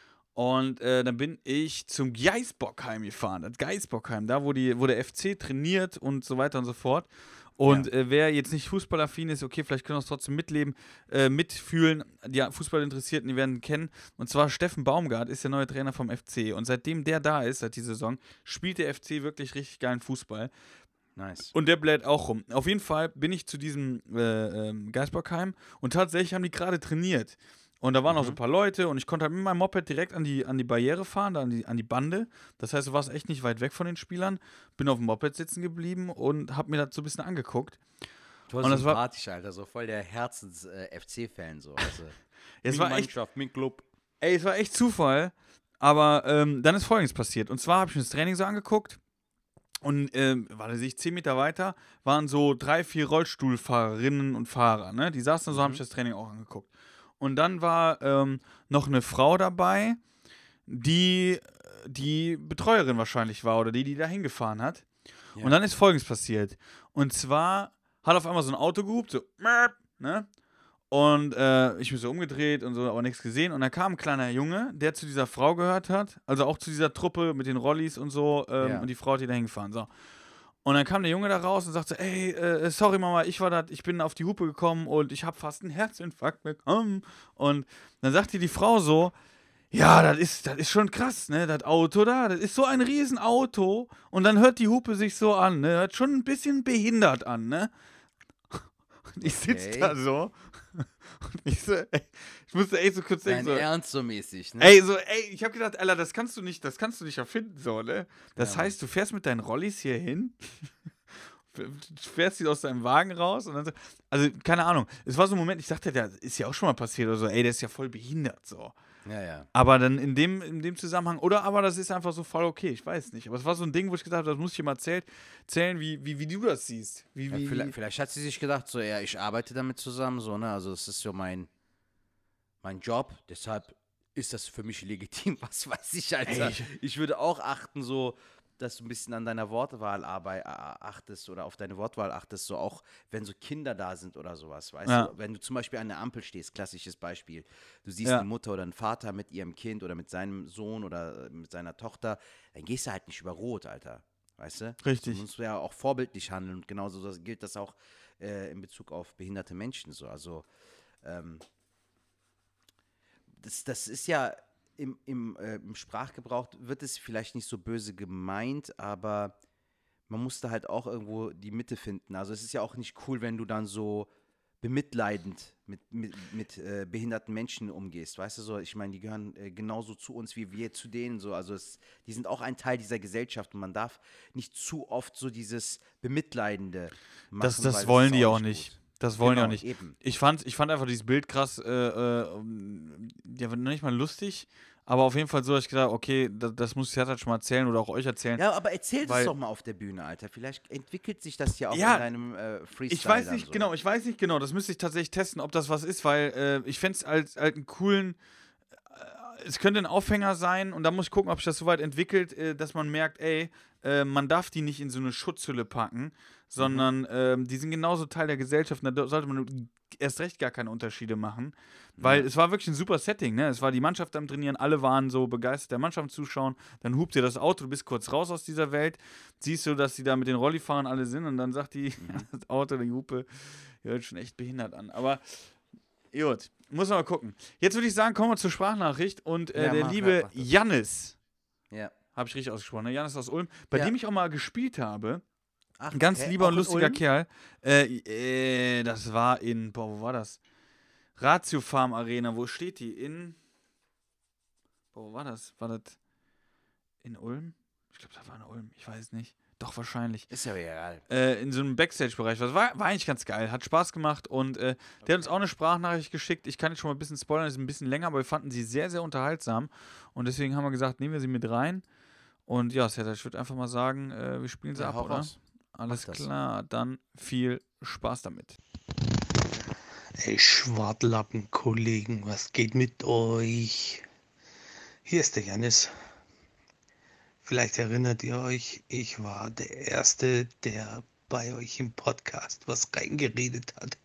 Speaker 2: Und äh, dann bin ich zum Geisbockheim gefahren. Das Geisbockheim, da wo, die, wo der F C trainiert und so weiter und so fort. Und äh, wer jetzt nicht fußballaffin ist, okay, vielleicht können wir es trotzdem mitleben, äh, mitfühlen. Die Fußballinteressierten, die werden ihn kennen. Und zwar Steffen Baumgart ist der neue Trainer vom F C. Und seitdem der da ist, seit dieser Saison, spielt der F C wirklich richtig geilen Fußball.
Speaker 1: Nice.
Speaker 2: Und der bläht auch rum. Auf jeden Fall bin ich zu diesem äh, ähm, Geisbockheim und tatsächlich haben die gerade trainiert. Und da waren noch so ein paar Leute und ich konnte halt mit meinem Moped direkt an die, an die Barriere fahren, da an die, an die Bande. Das heißt, du warst echt nicht weit weg von den Spielern. Bin auf dem Moped sitzen geblieben und hab mir das so ein bisschen angeguckt.
Speaker 1: Du warst
Speaker 2: Und das war-
Speaker 1: sympathisch, Alter, so voll der Herzens-F C-Fan, so. Also,
Speaker 2: Es
Speaker 1: mein
Speaker 2: war echt,
Speaker 1: Mannschaft, mein Club.
Speaker 2: ey, es war echt Zufall. Aber ähm, dann ist Folgendes passiert. Und zwar habe ich mir das Training so angeguckt. Und, ähm, warte, sehe ich zehn Meter weiter, waren so drei, vier Rollstuhlfahrerinnen und Fahrer, ne? Die saßen da so,
Speaker 1: Mhm.
Speaker 2: habe ich das Training auch angeguckt. Und dann war ähm, noch eine Frau dabei, die die Betreuerin wahrscheinlich war oder die, die da hingefahren hat.
Speaker 1: Ja.
Speaker 2: Und dann ist Folgendes passiert. Und zwar hat auf einmal so ein Auto gehupt, so, merp, ne? Und äh, ich bin so umgedreht und so, aber nichts gesehen. Und dann kam ein kleiner Junge, der zu dieser Frau gehört hat, also auch zu dieser Truppe mit den Rollis und so. Ähm,
Speaker 1: Ja.
Speaker 2: Und die Frau hat die da hingefahren. So. Und dann kam der Junge da raus und sagte, ey, äh, sorry Mama, ich war da, ich bin auf die Hupe gekommen und ich habe fast einen Herzinfarkt bekommen. Und dann sagte die Frau so, ja, das ist, das ist schon krass, ne, das Auto da, das ist so ein Riesenauto. Und dann hört die Hupe sich so an, ne, hört schon ein bisschen behindert an, ne. Und ich sitze
Speaker 1: Okay.
Speaker 2: da so und ich so, ey, ich musste echt so kurz
Speaker 1: Dein
Speaker 2: denken, so,
Speaker 1: Ernst so mäßig, ne?
Speaker 2: ey, so, ey, ich hab gedacht, Alter, das kannst du nicht, das kannst du nicht erfinden, so, ne? Das
Speaker 1: Ja,
Speaker 2: heißt, du fährst mit deinen Rollis hier hin, fährst die aus deinem Wagen raus und dann so, also, keine Ahnung, es war so ein Moment, ich dachte, das ist ja auch schon mal passiert oder so, ey, der ist ja voll behindert, so.
Speaker 1: Ja, ja.
Speaker 2: Aber dann in dem, in dem Zusammenhang, oder aber das ist einfach so voll okay, ich weiß nicht. Aber es war so ein Ding, wo ich gesagt habe, das muss ich dir mal erzählen, erzählen wie, wie, wie du das siehst. Wie,
Speaker 1: Ja,
Speaker 2: wie,
Speaker 1: vielleicht,
Speaker 2: wie,
Speaker 1: vielleicht hat sie sich gedacht, so, ja, ich arbeite damit zusammen, so, ne? Also, es ist so mein, mein Job, deshalb ist das für mich legitim, was weiß ich, Alter.
Speaker 2: Ey, ich-
Speaker 1: Ich würde auch achten, so, dass du ein bisschen an deiner Wortwahl arbeit, achtest oder auf deine Wortwahl achtest, so auch, wenn so Kinder da sind oder sowas, weißt
Speaker 2: Ja.
Speaker 1: du? Wenn du zum Beispiel an der Ampel stehst, klassisches Beispiel, du siehst
Speaker 2: Ja.
Speaker 1: eine Mutter oder einen Vater mit ihrem Kind oder mit seinem Sohn oder mit seiner Tochter, dann gehst du halt nicht über Rot, Alter. Weißt du?
Speaker 2: Richtig.
Speaker 1: Du musst ja auch vorbildlich handeln und genauso das gilt das auch äh, in Bezug auf behinderte Menschen so. Also ähm, das, das ist ja, im, im, äh, im Sprachgebrauch wird es vielleicht nicht so böse gemeint, aber man muss da halt auch irgendwo die Mitte finden. Also es ist ja auch nicht cool, wenn du dann so bemitleidend mit, mit, mit äh, behinderten Menschen umgehst, weißt du so, ich meine, die gehören äh, genauso zu uns wie wir zu denen so, also es, die sind auch ein Teil dieser Gesellschaft und man darf nicht zu oft so dieses Bemitleidende machen,
Speaker 2: Das, das
Speaker 1: weil
Speaker 2: wollen
Speaker 1: ist
Speaker 2: die auch nicht.
Speaker 1: gut.
Speaker 2: Das wollen die
Speaker 1: Genau,
Speaker 2: auch nicht.
Speaker 1: eben.
Speaker 2: Ich fand, ich fand einfach dieses Bild krass, äh, äh, um, ja, noch nicht mal lustig, aber auf jeden Fall so, dass ich gedacht, okay, das, das muss Sertac schon mal erzählen oder auch euch erzählen.
Speaker 1: Ja, aber erzähl das
Speaker 2: Weil-
Speaker 1: doch mal auf der Bühne, Alter. Vielleicht entwickelt sich das ja auch
Speaker 2: Ja,
Speaker 1: in deinem äh, Freestyle.
Speaker 2: Ich weiß
Speaker 1: dann
Speaker 2: nicht
Speaker 1: so.
Speaker 2: genau, ich weiß nicht genau. Das müsste ich tatsächlich testen, ob das was ist, weil äh, ich fände es als, als einen coolen. Äh, es könnte ein Aufhänger sein und da muss ich gucken, ob sich das so weit entwickelt, äh, dass man merkt, ey, äh, man darf die nicht in so eine Schutzhülle packen, sondern
Speaker 1: Mhm.
Speaker 2: ähm, die sind genauso Teil der Gesellschaft und da sollte man erst recht gar keine Unterschiede machen. Weil
Speaker 1: Ja.
Speaker 2: es war wirklich ein super Setting, ne? Es war die Mannschaft am Trainieren, alle waren so begeistert der Mannschaft zuschauen. Dann hupt dir das Auto, du bist kurz raus aus dieser Welt, siehst du, dass die da mit den Rollifahrern alle sind und dann sagt die,
Speaker 1: Mhm.
Speaker 2: das Auto, die Hupe, hört schon echt behindert an. Aber gut, muss man mal gucken. Jetzt würde ich sagen, kommen wir zur Sprachnachricht und äh,
Speaker 1: Ja,
Speaker 2: der
Speaker 1: mach,
Speaker 2: liebe
Speaker 1: mach das.
Speaker 2: Jannis,
Speaker 1: Ja.
Speaker 2: habe ich richtig ausgesprochen, ne? Jannis aus Ulm, bei
Speaker 1: Ja.
Speaker 2: dem ich auch mal gespielt habe.
Speaker 1: Ach,
Speaker 2: Ein ganz
Speaker 1: hä?
Speaker 2: lieber
Speaker 1: Auch
Speaker 2: und
Speaker 1: in
Speaker 2: lustiger
Speaker 1: Ulm?
Speaker 2: Kerl. Äh, äh, das war in, boah, wo war das? Ratio Farm Arena, wo steht die? In, boah, wo war das? War das in Ulm? Ich glaube, das war in Ulm, ich weiß nicht. Doch, wahrscheinlich.
Speaker 1: Ist ja egal.
Speaker 2: Äh, in so einem Backstage-Bereich. Das war, war eigentlich ganz geil, hat Spaß gemacht und äh, der hat uns auch eine Sprachnachricht geschickt. Ich kann jetzt schon mal ein bisschen spoilern, ist ein bisschen länger, aber wir fanden sie sehr, sehr unterhaltsam und deswegen haben wir gesagt, nehmen wir sie mit rein. Und ja, Sertac, ich würde einfach mal sagen, äh, wir spielen sie
Speaker 1: Ja,
Speaker 2: ab,
Speaker 1: hau
Speaker 2: oder?
Speaker 1: raus.
Speaker 2: Alles
Speaker 1: Mach das.
Speaker 2: klar, dann viel Spaß damit.
Speaker 4: Ey, Schwartlappen-Kollegen, was geht mit euch? Hier ist der Jannis. Vielleicht erinnert ihr euch, ich war der Erste, der bei euch im Podcast was reingeredet hat.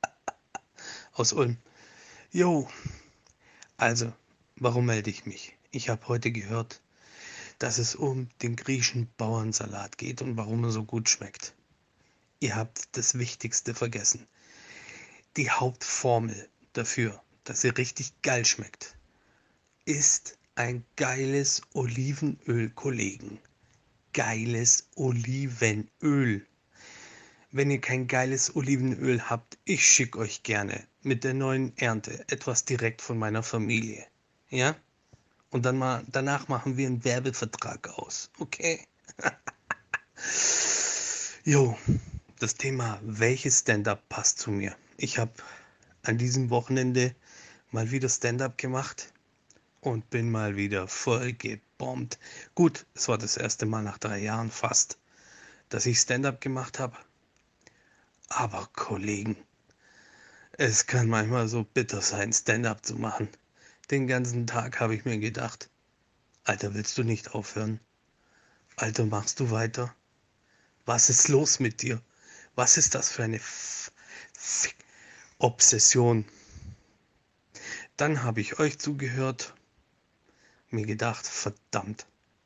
Speaker 4: Aus Ulm. Jo, also, warum melde ich mich? Ich habe heute gehört, dass es um den griechischen Bauernsalat geht und warum er so gut schmeckt. Ihr habt das Wichtigste vergessen. Die Hauptformel dafür, dass er richtig geil schmeckt, ist ein geiles Olivenöl, Kollegen. Geiles Olivenöl. Wenn ihr kein geiles Olivenöl habt, ich schicke euch gerne mit der neuen Ernte etwas direkt von meiner Familie. Ja? Und dann mal, danach machen wir einen Werbevertrag aus. Okay? Jo, das Thema, welches Stand-up passt zu mir. Ich habe an diesem Wochenende mal wieder Stand-up gemacht und bin mal wieder voll gebombt. Gut, es war das erste Mal nach drei Jahren fast, dass ich Stand-up gemacht habe. Aber Kollegen, es kann manchmal so bitter sein, Stand-up zu machen. Den ganzen Tag habe ich mir gedacht, Alter, willst du nicht aufhören? Alter, machst du weiter? Was ist los mit dir? Was ist das für eine F F Obsession? Dann habe ich euch zugehört, mir gedacht, verdammt.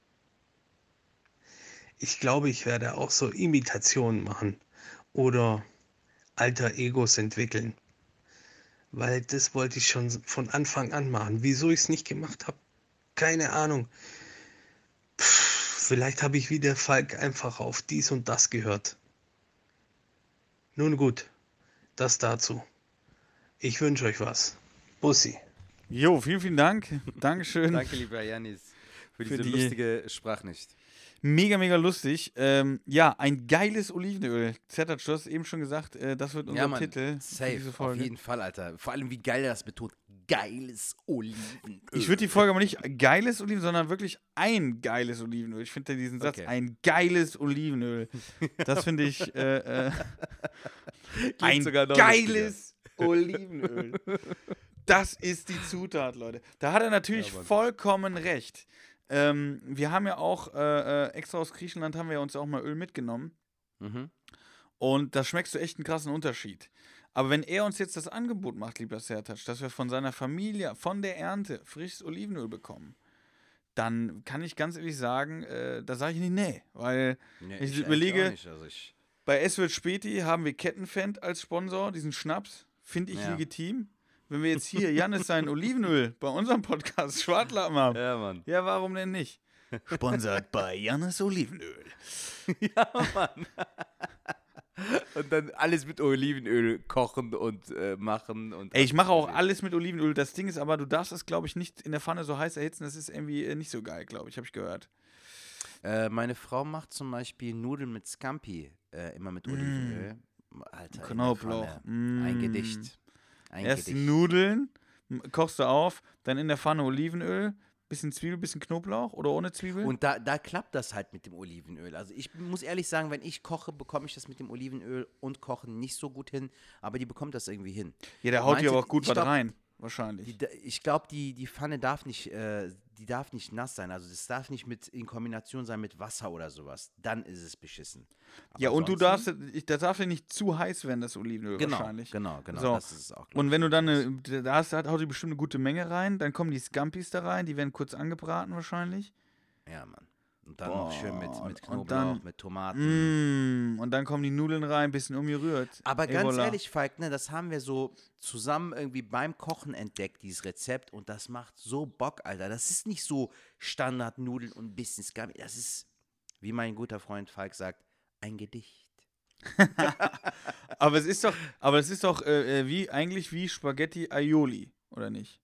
Speaker 4: Ich glaube, ich werde auch so Imitationen machen oder Alter Egos entwickeln. Weil das wollte ich schon von Anfang an machen. Wieso ich es nicht gemacht habe? Keine Ahnung. Pff, vielleicht habe ich wie der Falk einfach auf dies und das gehört. Nun gut, das dazu. Ich wünsche euch was. Bussi.
Speaker 2: Jo, vielen, vielen Dank. Dankeschön.
Speaker 1: Danke, lieber Janis, für diese
Speaker 2: Für die-
Speaker 1: lustige Sprachnachricht.
Speaker 2: Mega, mega lustig. Ähm, ja, ein geiles Olivenöl. Sertac, du hast eben schon gesagt, äh, das wird unser
Speaker 1: Ja, Mann,
Speaker 2: Titel. für
Speaker 1: safe,
Speaker 2: diese
Speaker 1: auf
Speaker 2: Folge.
Speaker 1: jeden Fall, Alter. Vor allem, wie geil er das betont. Geiles Olivenöl.
Speaker 2: Ich würde die Folge aber nicht geiles Olivenöl, sondern wirklich ein geiles Olivenöl. Ich finde diesen Satz,
Speaker 1: Okay.
Speaker 2: ein geiles Olivenöl. Das finde ich äh, äh,
Speaker 1: Klingt
Speaker 2: ein
Speaker 1: sogar noch
Speaker 2: geiles Olivenöl. Das ist die Zutat, Leute. Da hat er natürlich
Speaker 1: Ja, Mann.
Speaker 2: vollkommen recht. Ähm, wir haben ja auch äh, äh, extra aus Griechenland haben wir uns auch mal Öl mitgenommen.
Speaker 1: Mhm.
Speaker 2: Und da schmeckst du echt einen krassen Unterschied. Aber wenn er uns jetzt das Angebot macht, lieber Sertac, dass wir von seiner Familie, von der Ernte, frisches Olivenöl bekommen, dann kann ich ganz ehrlich sagen, äh, da sage ich nicht nee. Weil
Speaker 1: Nee,
Speaker 2: ich
Speaker 1: eigentlich
Speaker 2: überlege,
Speaker 1: auch nicht, also ich,
Speaker 2: bei Es wird Späti haben wir Kettenfend als Sponsor, diesen Schnaps. Finde ich
Speaker 1: Ja.
Speaker 2: legitim. wenn wir jetzt hier Jannis sein Olivenöl bei unserem Podcast Schwartlappen haben?
Speaker 1: Ja, Mann.
Speaker 2: Ja, warum denn nicht? Sponsert bei Jannis Olivenöl.
Speaker 1: Ja, Mann. Und dann alles mit Olivenöl kochen und äh, machen. Und
Speaker 2: Ey, ich mache auch alles mit Olivenöl. Das Ding ist aber, du darfst es, glaube ich, nicht in der Pfanne so heiß erhitzen. Das ist irgendwie äh, nicht so geil, glaube ich, habe ich gehört.
Speaker 1: Äh, meine Frau macht zum Beispiel Nudeln mit Scampi, äh, immer mit Olivenöl. Alter, in der
Speaker 2: Knoblauch.
Speaker 1: Pfanne.
Speaker 2: Mm.
Speaker 1: Ein Gedicht. Ein
Speaker 2: Erst die
Speaker 1: Gedicht.
Speaker 2: Nudeln, m- kochst du auf, dann in der Pfanne Olivenöl, bisschen Zwiebel, bisschen Knoblauch oder ohne Zwiebel.
Speaker 1: Und da, da klappt das halt mit dem Olivenöl. Also ich muss ehrlich sagen, wenn ich koche, bekomme ich das mit dem Olivenöl und Kochen nicht so gut hin, aber die bekommt das irgendwie hin.
Speaker 2: ja, der haut
Speaker 1: Meinst
Speaker 2: dir
Speaker 1: du,
Speaker 2: aber auch gut
Speaker 1: ich
Speaker 2: was
Speaker 1: glaub,
Speaker 2: rein, wahrscheinlich.
Speaker 1: Die, ich glaube, die, die Pfanne darf nicht, äh, die darf nicht nass sein. Also das darf nicht mit in Kombination sein mit Wasser oder sowas. Dann ist es beschissen. Aber
Speaker 2: ja, und du
Speaker 1: ansonsten-
Speaker 2: darfst, ich, das darf ja nicht zu heiß werden, das Olivenöl
Speaker 1: Genau,
Speaker 2: wahrscheinlich.
Speaker 1: genau, genau.
Speaker 2: So.
Speaker 1: Das ist es auch. glaub
Speaker 2: Und
Speaker 1: ich.
Speaker 2: wenn du dann, eine, da hast, haut die bestimmt eine gute Menge rein, dann kommen die Scampis da rein, die werden kurz angebraten wahrscheinlich.
Speaker 1: Ja, Mann. Und dann noch schön mit,
Speaker 2: Boah,
Speaker 1: mit
Speaker 2: und
Speaker 1: Knoblauch,
Speaker 2: dann-
Speaker 1: mit Tomaten.
Speaker 2: Mm, und dann kommen die Nudeln rein, bisschen umgerührt.
Speaker 1: Aber
Speaker 2: Et
Speaker 1: ganz
Speaker 2: voilà.
Speaker 1: ehrlich, Falk, ne, das haben wir so zusammen irgendwie beim Kochen entdeckt, dieses Rezept. Und das macht so Bock, Alter. Das ist nicht so Standardnudeln und ein bisschen Scampi. Das ist, wie mein guter Freund Falk sagt, ein Gedicht.
Speaker 2: Aber es ist doch, aber es ist doch äh, äh, wie, eigentlich wie Spaghetti Aioli, oder nicht?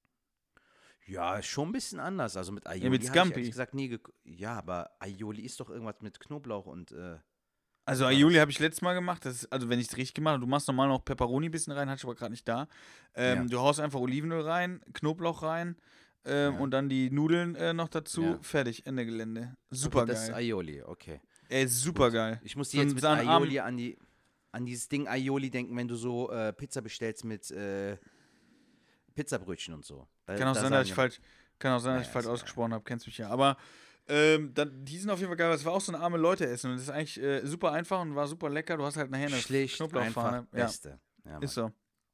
Speaker 1: Ja, schon ein bisschen anders. Also mit Aioli
Speaker 2: mit
Speaker 1: habe ich
Speaker 2: Scampi.
Speaker 1: ehrlich gesagt nie gek- Ja, aber Aioli ist doch irgendwas mit Knoblauch und äh,
Speaker 2: Also
Speaker 1: war
Speaker 2: Aioli
Speaker 1: das?
Speaker 2: habe ich letztes Mal gemacht, das ist, also wenn ich es richtig gemacht habe, du machst normal noch Pepperoni ein bisschen rein, hatte ich aber gerade nicht da. Ähm,
Speaker 1: Ja.
Speaker 2: Du haust einfach Olivenöl rein, Knoblauch rein ähm,
Speaker 1: Ja.
Speaker 2: und dann die Nudeln äh, noch dazu,
Speaker 1: Ja.
Speaker 2: fertig, Ende Gelände. Super
Speaker 1: okay, das ist
Speaker 2: geil.
Speaker 1: Aioli, okay.
Speaker 2: Ey, super geil.
Speaker 1: Ich muss
Speaker 2: So
Speaker 1: dir jetzt
Speaker 2: ein-
Speaker 1: mit
Speaker 2: so ein Arm-
Speaker 1: Aioli an die an dieses Ding Aioli denken, wenn du so äh, Pizza bestellst mit äh, Pizzabrötchen und so. Da,
Speaker 2: Kann auch
Speaker 1: da
Speaker 2: sein,
Speaker 1: sagen
Speaker 2: dass ich
Speaker 1: wir-
Speaker 2: falsch, kann auch sein, dass
Speaker 1: Ja,
Speaker 2: ich falsch
Speaker 1: ist ja-
Speaker 2: ausgesprochen habe, kennst mich ja. Aber ähm, dann, die sind auf jeden Fall geil. Das war auch so ein arme Leute essen und das ist eigentlich äh, super einfach und war super lecker. Du hast halt nachher eine
Speaker 1: Schlicht,
Speaker 2: Knoblauchfahne.
Speaker 1: einfach,
Speaker 2: Ja,
Speaker 1: Beste. Ja, Mann.
Speaker 2: ist so.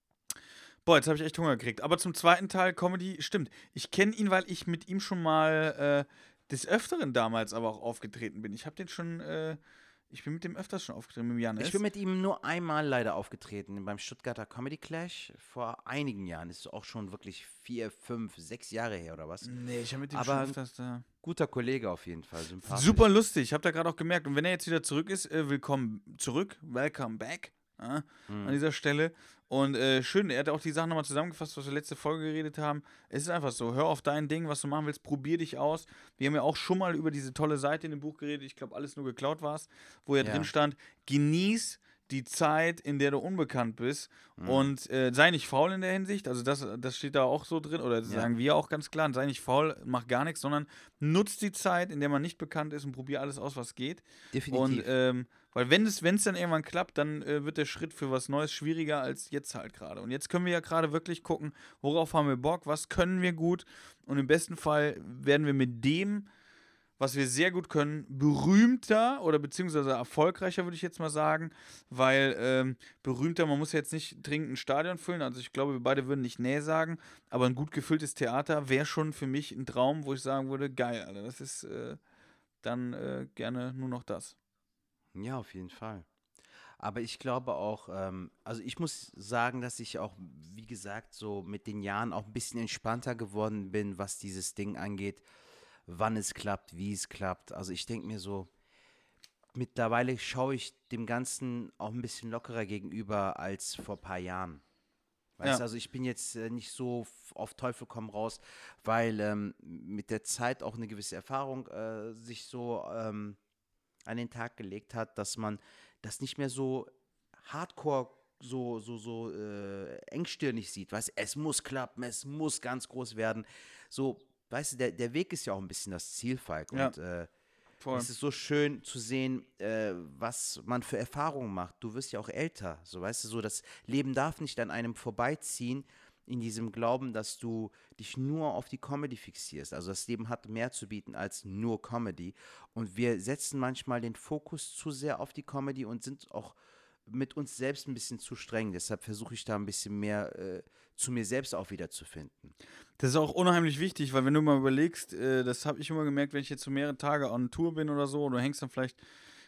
Speaker 2: Boah, jetzt habe ich echt Hunger gekriegt. Aber zum zweiten Teil Comedy, stimmt. Ich kenne ihn, weil ich mit ihm schon mal äh, des Öfteren damals aber auch aufgetreten bin. Ich habe den schon, äh, ich bin mit dem öfters schon aufgetreten, mit dem Janis.
Speaker 1: Ich bin mit ihm nur einmal leider aufgetreten beim Stuttgarter Comedy Clash vor einigen Jahren. Ist auch schon wirklich vier, fünf, sechs Jahre her oder was.
Speaker 2: Nee, ich habe mit dem
Speaker 1: Aber-
Speaker 2: schon öfters da.
Speaker 1: Guter Kollege auf jeden Fall, sympathisch.
Speaker 2: Super lustig, ich habe da gerade auch gemerkt. Und wenn er jetzt wieder zurück ist, äh, willkommen zurück, welcome back äh,
Speaker 1: Mhm.
Speaker 2: an dieser Stelle. Und äh, schön, er hat auch die Sachen nochmal zusammengefasst, was wir letzte Folge geredet haben. Es ist einfach so, hör auf dein Ding, was du machen willst, probier dich aus. Wir haben ja auch schon mal über diese tolle Seite in dem Buch geredet, ich glaube, alles nur geklaut war es, wo ja,
Speaker 1: Ja.
Speaker 2: drin stand, genieß die Zeit, in der du unbekannt bist
Speaker 1: Mhm.
Speaker 2: und äh, sei nicht faul in der Hinsicht, also das, das steht da auch so drin, oder sagen wir auch ganz klar, sei nicht faul, mach gar nichts, sondern nutz die Zeit, in der man nicht bekannt ist und probier alles aus, was geht.
Speaker 1: Definitiv.
Speaker 2: Und ähm, weil wenn es wenn es dann irgendwann klappt, dann äh, wird der Schritt für was Neues schwieriger als jetzt halt gerade. Und jetzt können wir ja gerade wirklich gucken, worauf haben wir Bock, was können wir gut und im besten Fall werden wir mit dem, was wir sehr gut können, berühmter oder beziehungsweise erfolgreicher, würde ich jetzt mal sagen, weil ähm, berühmter, man muss ja jetzt nicht dringend ein Stadion füllen, also ich glaube, wir beide würden nicht nee sagen, aber ein gut gefülltes Theater wäre schon für mich ein Traum, wo ich sagen würde, geil, Alter, das ist äh, dann äh, gerne nur noch das.
Speaker 1: Ja, auf jeden Fall. Aber ich glaube auch, ähm, also ich muss sagen, dass ich auch, wie gesagt, so mit den Jahren auch ein bisschen entspannter geworden bin, was dieses Ding angeht, wann es klappt, wie es klappt. Also ich denke mir so, mittlerweile schaue ich dem Ganzen auch ein bisschen lockerer gegenüber als vor ein paar Jahren. Weißt
Speaker 2: Ja.
Speaker 1: du, also ich bin jetzt äh, nicht so f- auf Teufel komm raus, weil ähm, mit der Zeit auch eine gewisse Erfahrung äh, sich so ähm, an den Tag gelegt hat, dass man das nicht mehr so hardcore, so, so, so äh, engstirnig sieht. Weißt du, es muss klappen, es muss ganz groß werden. So, weißt du, der, der Weg ist ja auch ein bisschen das Ziel, Falk.
Speaker 2: Ja.
Speaker 1: Und äh,
Speaker 2: Voll.
Speaker 1: es ist so schön zu sehen, äh, was man für Erfahrungen macht. Du wirst ja auch älter, so weißt du, so das Leben darf nicht an einem vorbeiziehen in diesem Glauben, dass du dich nur auf die Comedy fixierst. Also das Leben hat mehr zu bieten als nur Comedy. Und wir setzen manchmal den Fokus zu sehr auf die Comedy und sind auch mit uns selbst ein bisschen zu streng. Deshalb versuche ich da ein bisschen mehr äh, zu mir selbst auch wieder zu finden.
Speaker 2: Das ist auch unheimlich wichtig, weil wenn du mal überlegst, äh, das habe ich immer gemerkt, wenn ich jetzt so mehrere Tage on Tour bin oder so, und du hängst dann vielleicht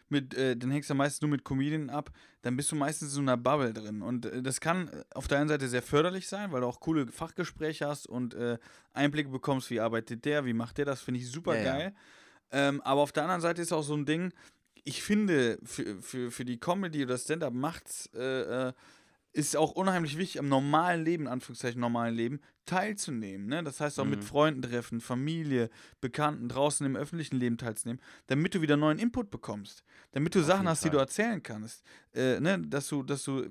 Speaker 2: mit, äh, dann hängst du meistens nur mit Comedien ab, dann bist du meistens in so einer Bubble drin. Und äh, das kann auf der einen Seite sehr förderlich sein, weil du auch coole Fachgespräche hast und äh, Einblicke bekommst, wie arbeitet der, wie macht der das, finde ich super
Speaker 1: Ja, ja.
Speaker 2: geil. Ähm, aber auf der anderen Seite ist auch so ein Ding, ich finde, für, für, für die Comedy oder Stand-Up macht's, äh, äh, ist auch unheimlich wichtig, am normalen Leben, in Anführungszeichen normalen Leben, teilzunehmen. Ne? Das heißt auch mit
Speaker 1: Mhm.
Speaker 2: Freunden treffen, Familie, Bekannten, draußen im öffentlichen Leben teilzunehmen, damit du wieder neuen Input bekommst. Damit du
Speaker 1: Auf
Speaker 2: Sachen
Speaker 1: jeden
Speaker 2: hast, die du
Speaker 1: Fall.
Speaker 2: erzählen kannst. Äh, ne? Dass du, dass du,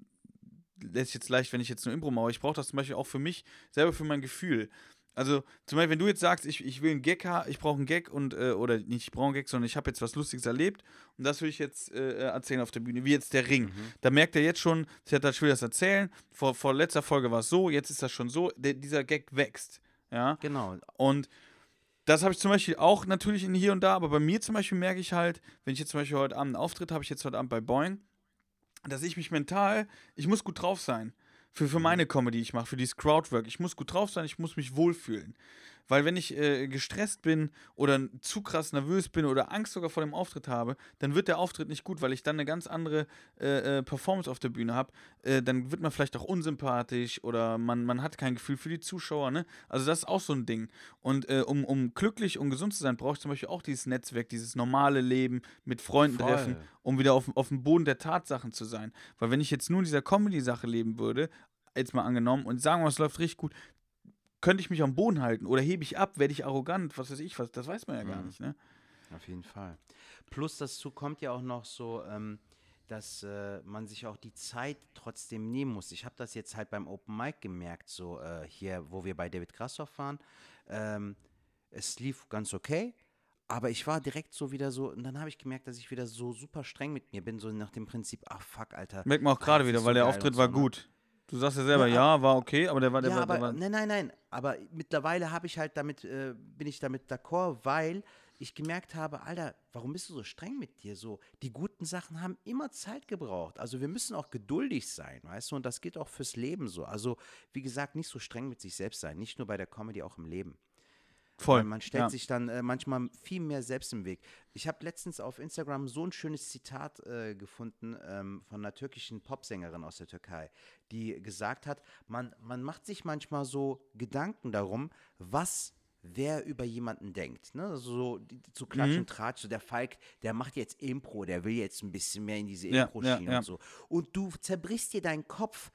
Speaker 2: lässt sich jetzt leicht, wenn ich jetzt nur Impro mache, ich brauche das zum Beispiel auch für mich, selber für mein Gefühl. Also, zum Beispiel, wenn du jetzt sagst, ich, ich will einen Gag haben, ich brauche einen Gag und, äh, oder nicht, ich brauche einen Gag, sondern ich habe jetzt was Lustiges erlebt und das will ich jetzt äh, erzählen auf der Bühne, wie jetzt der Ring.
Speaker 1: Mhm.
Speaker 2: Da merkt er jetzt schon, ich will das erzählen, vor, vor letzter Folge war es so, jetzt ist das schon so, der, dieser Gag wächst. Ja,
Speaker 1: Genau.
Speaker 2: und das habe ich zum Beispiel auch natürlich in hier und da, aber bei mir zum Beispiel merke ich halt, wenn ich jetzt zum Beispiel heute Abend einen Auftritt habe, ich jetzt heute Abend bei Boing, dass ich mich mental, ich muss gut drauf sein. Für, für
Speaker 1: Mhm.
Speaker 2: meine Comedy, die ich mache, für dieses Crowdwork. Ich muss gut drauf sein, ich muss mich wohlfühlen. Weil wenn ich äh, gestresst bin oder zu krass nervös bin oder Angst sogar vor dem Auftritt habe, dann wird der Auftritt nicht gut, weil ich dann eine ganz andere äh, äh, Performance auf der Bühne habe. Äh, dann wird man vielleicht auch unsympathisch oder man, man hat kein Gefühl für die Zuschauer. Ne? Also das ist auch so ein Ding. Und äh, um, um glücklich und gesund zu sein, brauche ich zum Beispiel auch dieses Netzwerk, dieses normale Leben mit Freunden
Speaker 1: Voll.
Speaker 2: treffen, um wieder auf, auf dem Boden der Tatsachen zu sein. Weil wenn ich jetzt nur in dieser Comedy-Sache leben würde, jetzt mal angenommen, und sagen wir, es läuft richtig gut, könnte ich mich am Boden halten oder hebe ich ab, werde ich arrogant, was weiß ich was, das weiß man ja gar
Speaker 1: Mhm.
Speaker 2: nicht, ne?
Speaker 1: Auf jeden Fall. Plus dazu kommt ja auch noch so, ähm, dass äh, man sich auch die Zeit trotzdem nehmen muss. Ich habe das jetzt halt beim Open Mic gemerkt, so äh, hier, wo wir bei David Grassoff waren. Ähm, es lief ganz okay, aber ich war direkt so wieder so, und dann habe ich gemerkt, dass ich wieder so super streng mit mir bin, so nach dem Prinzip, ach fuck, Alter.
Speaker 2: Merkt man auch
Speaker 1: war
Speaker 2: gerade
Speaker 1: jetzt
Speaker 2: wieder,
Speaker 1: nicht
Speaker 2: weil
Speaker 1: so
Speaker 2: der
Speaker 1: geil
Speaker 2: Auftritt
Speaker 1: und
Speaker 2: war
Speaker 1: so, ne?
Speaker 2: gut. Du sagst ja selber,
Speaker 1: Ne,
Speaker 2: ja, war okay, aber der war, der
Speaker 1: Ja,
Speaker 2: war, der
Speaker 1: aber
Speaker 2: war
Speaker 1: nein, nein, nein. Aber mittlerweile habe ich halt damit, äh, bin ich damit d'accord, weil ich gemerkt habe, Alter, warum bist du so streng mit dir? So, die guten Sachen haben immer Zeit gebraucht. Also wir müssen auch geduldig sein, weißt du? Und das geht auch fürs Leben so. Also, wie gesagt, nicht so streng mit sich selbst sein. Nicht nur bei der Comedy, auch im Leben. Weil
Speaker 2: voll.
Speaker 1: man stellt
Speaker 2: Ja.
Speaker 1: sich dann äh, manchmal viel mehr selbst im Weg. Ich habe letztens auf Instagram so ein schönes Zitat äh, gefunden ähm, von einer türkischen Popsängerin aus der Türkei, die gesagt hat, man, man macht sich manchmal so Gedanken darum, was wer über jemanden denkt. Ne? Also so die, die zu Klatsch
Speaker 2: Mhm.
Speaker 1: und Tratsch, so der Falk, der macht jetzt Impro, der will jetzt ein bisschen mehr in diese
Speaker 2: Ja, ja,
Speaker 1: Impro-Schiene
Speaker 2: ja.
Speaker 1: und so. Und du zerbrichst dir deinen Kopf,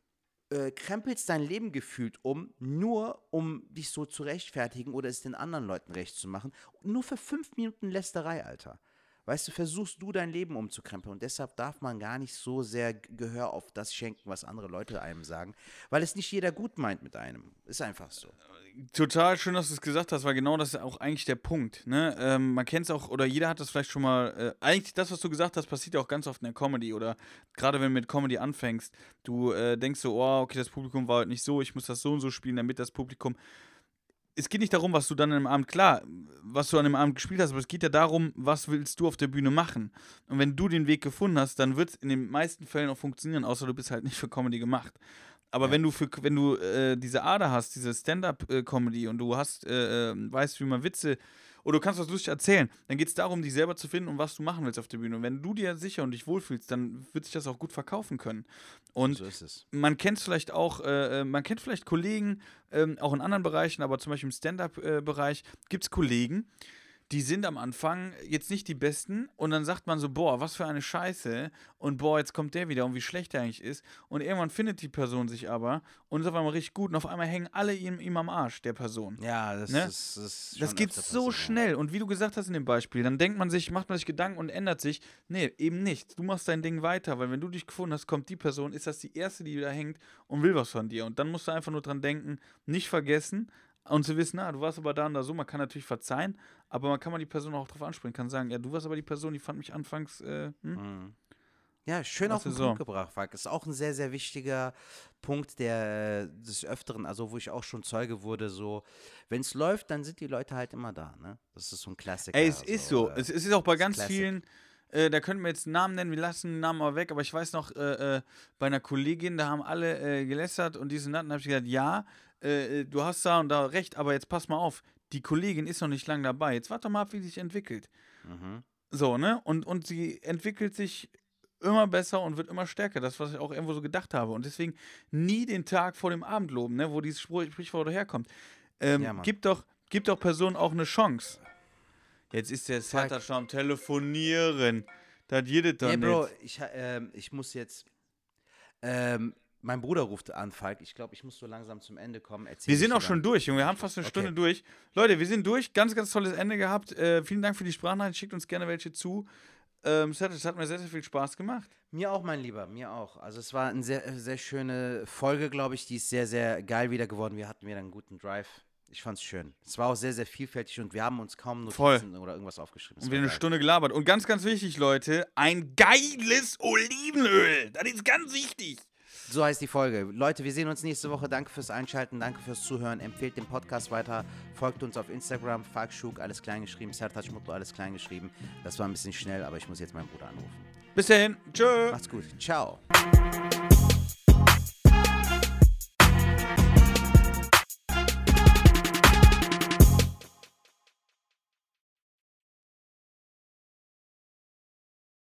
Speaker 1: äh, krempelst dein Leben gefühlt um, nur um dich so zu rechtfertigen oder es den anderen Leuten recht zu machen. Nur für fünf Minuten Lästerei, Alter. Weißt du, versuchst du dein Leben umzukrempeln und deshalb darf man gar nicht so sehr Gehör auf das schenken, was andere Leute einem sagen, weil es nicht jeder gut meint mit einem. Ist einfach so.
Speaker 2: Total schön, dass du es gesagt hast, weil genau das ist auch eigentlich der Punkt. Ne? Ähm, man kennt es auch, oder jeder hat das vielleicht schon mal. Äh, eigentlich das, was du gesagt hast, passiert ja auch ganz oft in der Comedy. Oder gerade wenn du mit Comedy anfängst, du äh, denkst so, oh, okay, das Publikum war heute nicht so, ich muss das so und so spielen, damit das Publikum. Es geht nicht darum, was du dann an dem Abend, klar, was du an dem Abend gespielt hast, aber es geht ja darum, was willst du auf der Bühne machen. Und wenn du den Weg gefunden hast, dann wird es in den meisten Fällen auch funktionieren, außer du bist halt nicht für Comedy gemacht. Aber
Speaker 1: Ja.
Speaker 2: wenn du für, wenn du äh, diese Ader hast, diese Stand-up-Comedy und du hast, äh, äh, weißt, wie man Witze oder du kannst was lustig erzählen, dann geht es darum, dich selber zu finden und was du machen willst auf der Bühne. Und wenn du dir sicher und dich wohlfühlst, dann wird sich das auch gut verkaufen können. Und
Speaker 1: So ist es.
Speaker 2: man kennt es vielleicht auch, äh, man kennt vielleicht Kollegen, ähm, auch in anderen Bereichen, aber zum Beispiel im Stand-up-Bereich gibt es Kollegen, die sind am Anfang jetzt nicht die Besten und dann sagt man so, boah, was für eine Scheiße und boah, jetzt kommt der wieder und wie schlecht der eigentlich ist und irgendwann findet die Person sich aber und ist auf einmal richtig gut und auf einmal hängen alle ihm, ihm am Arsch, der Person.
Speaker 1: Ja, das
Speaker 2: Ne?
Speaker 1: ist, das ist
Speaker 2: Das
Speaker 1: schon
Speaker 2: geht
Speaker 1: öfter
Speaker 2: so
Speaker 1: passiert, ja.
Speaker 2: schnell und wie du gesagt hast in dem Beispiel, dann denkt man sich, macht man sich Gedanken und ändert sich. Nee, eben nicht. Du machst dein Ding weiter, weil wenn du dich gefunden hast, kommt die Person, ist das die Erste, die wieder hängt und will was von dir und dann musst du einfach nur dran denken, nicht vergessen, und zu wissen, na, du warst aber da und da so, man kann natürlich verzeihen, aber man kann mal die Person auch drauf ansprechen, kann sagen, ja, du warst aber die Person, die fand mich anfangs, äh, hm?
Speaker 1: Mhm. Ja, schön
Speaker 2: Weißt
Speaker 1: auf den
Speaker 2: du, so.
Speaker 1: Punkt gebracht, Falk. Ist auch ein sehr, sehr wichtiger Punkt, der äh, des Öfteren, also wo ich auch schon Zeuge wurde, so, wenn es läuft, dann sind die Leute halt immer da, ne? Das ist so ein Klassiker.
Speaker 2: Ey, es ist so,
Speaker 1: äh,
Speaker 2: es, es ist auch bei
Speaker 1: ist
Speaker 2: ganz
Speaker 1: Classic.
Speaker 2: vielen, äh, da können wir jetzt einen Namen nennen, wir lassen den Namen aber weg, aber ich weiß noch, äh, äh, bei einer Kollegin, da haben alle äh, gelästert und diesen Natten habe ich gesagt, ja, äh, du hast da und da recht, aber jetzt pass mal auf, die Kollegin ist noch nicht lange dabei, jetzt warte doch mal ab, wie sie sich entwickelt.
Speaker 1: Mhm.
Speaker 2: So, ne? Und, und sie entwickelt sich immer besser und wird immer stärker. Das, was ich auch irgendwo so gedacht habe. Und deswegen nie den Tag vor dem Abend loben, ne? Wo dieses Spruch, Sprichwort herkommt. Ähm,
Speaker 1: Ja, Mann.
Speaker 2: gib doch, gib doch Personen auch eine Chance. Jetzt ist der
Speaker 1: Sag-
Speaker 2: Sertac schon am Telefonieren. Da hat jeder doch
Speaker 1: Nee,
Speaker 2: nicht.
Speaker 1: Bro, ich, ha- ähm, ich muss jetzt. Ähm, mein Bruder ruft an, Falk. Ich glaube, ich muss so langsam zum Ende kommen. Erzähl
Speaker 2: Wir sind
Speaker 1: nicht
Speaker 2: auch
Speaker 1: so
Speaker 2: schon
Speaker 1: lang.
Speaker 2: durch, Junge. Wir haben fast eine
Speaker 1: Okay.
Speaker 2: Stunde durch. Leute, wir sind durch. Ganz, ganz tolles Ende gehabt. Äh, vielen Dank für die Sprachnachricht. Schickt uns gerne welche zu. Ähm, Sertac, es hat mir sehr, sehr viel Spaß gemacht.
Speaker 1: Mir auch, mein Lieber, mir auch. Also es war eine sehr, sehr schöne Folge, glaube ich. Die ist sehr, sehr geil wieder geworden. Wir hatten wieder einen guten Drive. Ich fand's schön. Es war auch sehr, sehr vielfältig und wir haben uns kaum
Speaker 2: Voll.
Speaker 1: Notizen oder irgendwas aufgeschrieben. Es
Speaker 2: Und
Speaker 1: war
Speaker 2: wir eine
Speaker 1: geil.
Speaker 2: Stunde gelabert. Und ganz, ganz wichtig, Leute, ein geiles Olivenöl. Das ist ganz wichtig.
Speaker 1: So heißt die Folge. Leute, wir sehen uns nächste Woche. Danke fürs Einschalten, danke fürs Zuhören. Empfehlt den Podcast weiter. Folgt uns auf Instagram. Falk Schuk, alles klein geschrieben. Sertac Mutlu, alles klein geschrieben. Das war ein bisschen schnell, aber ich muss jetzt meinen Bruder anrufen.
Speaker 2: Bis dahin. Tschö.
Speaker 1: Macht's gut. Ciao.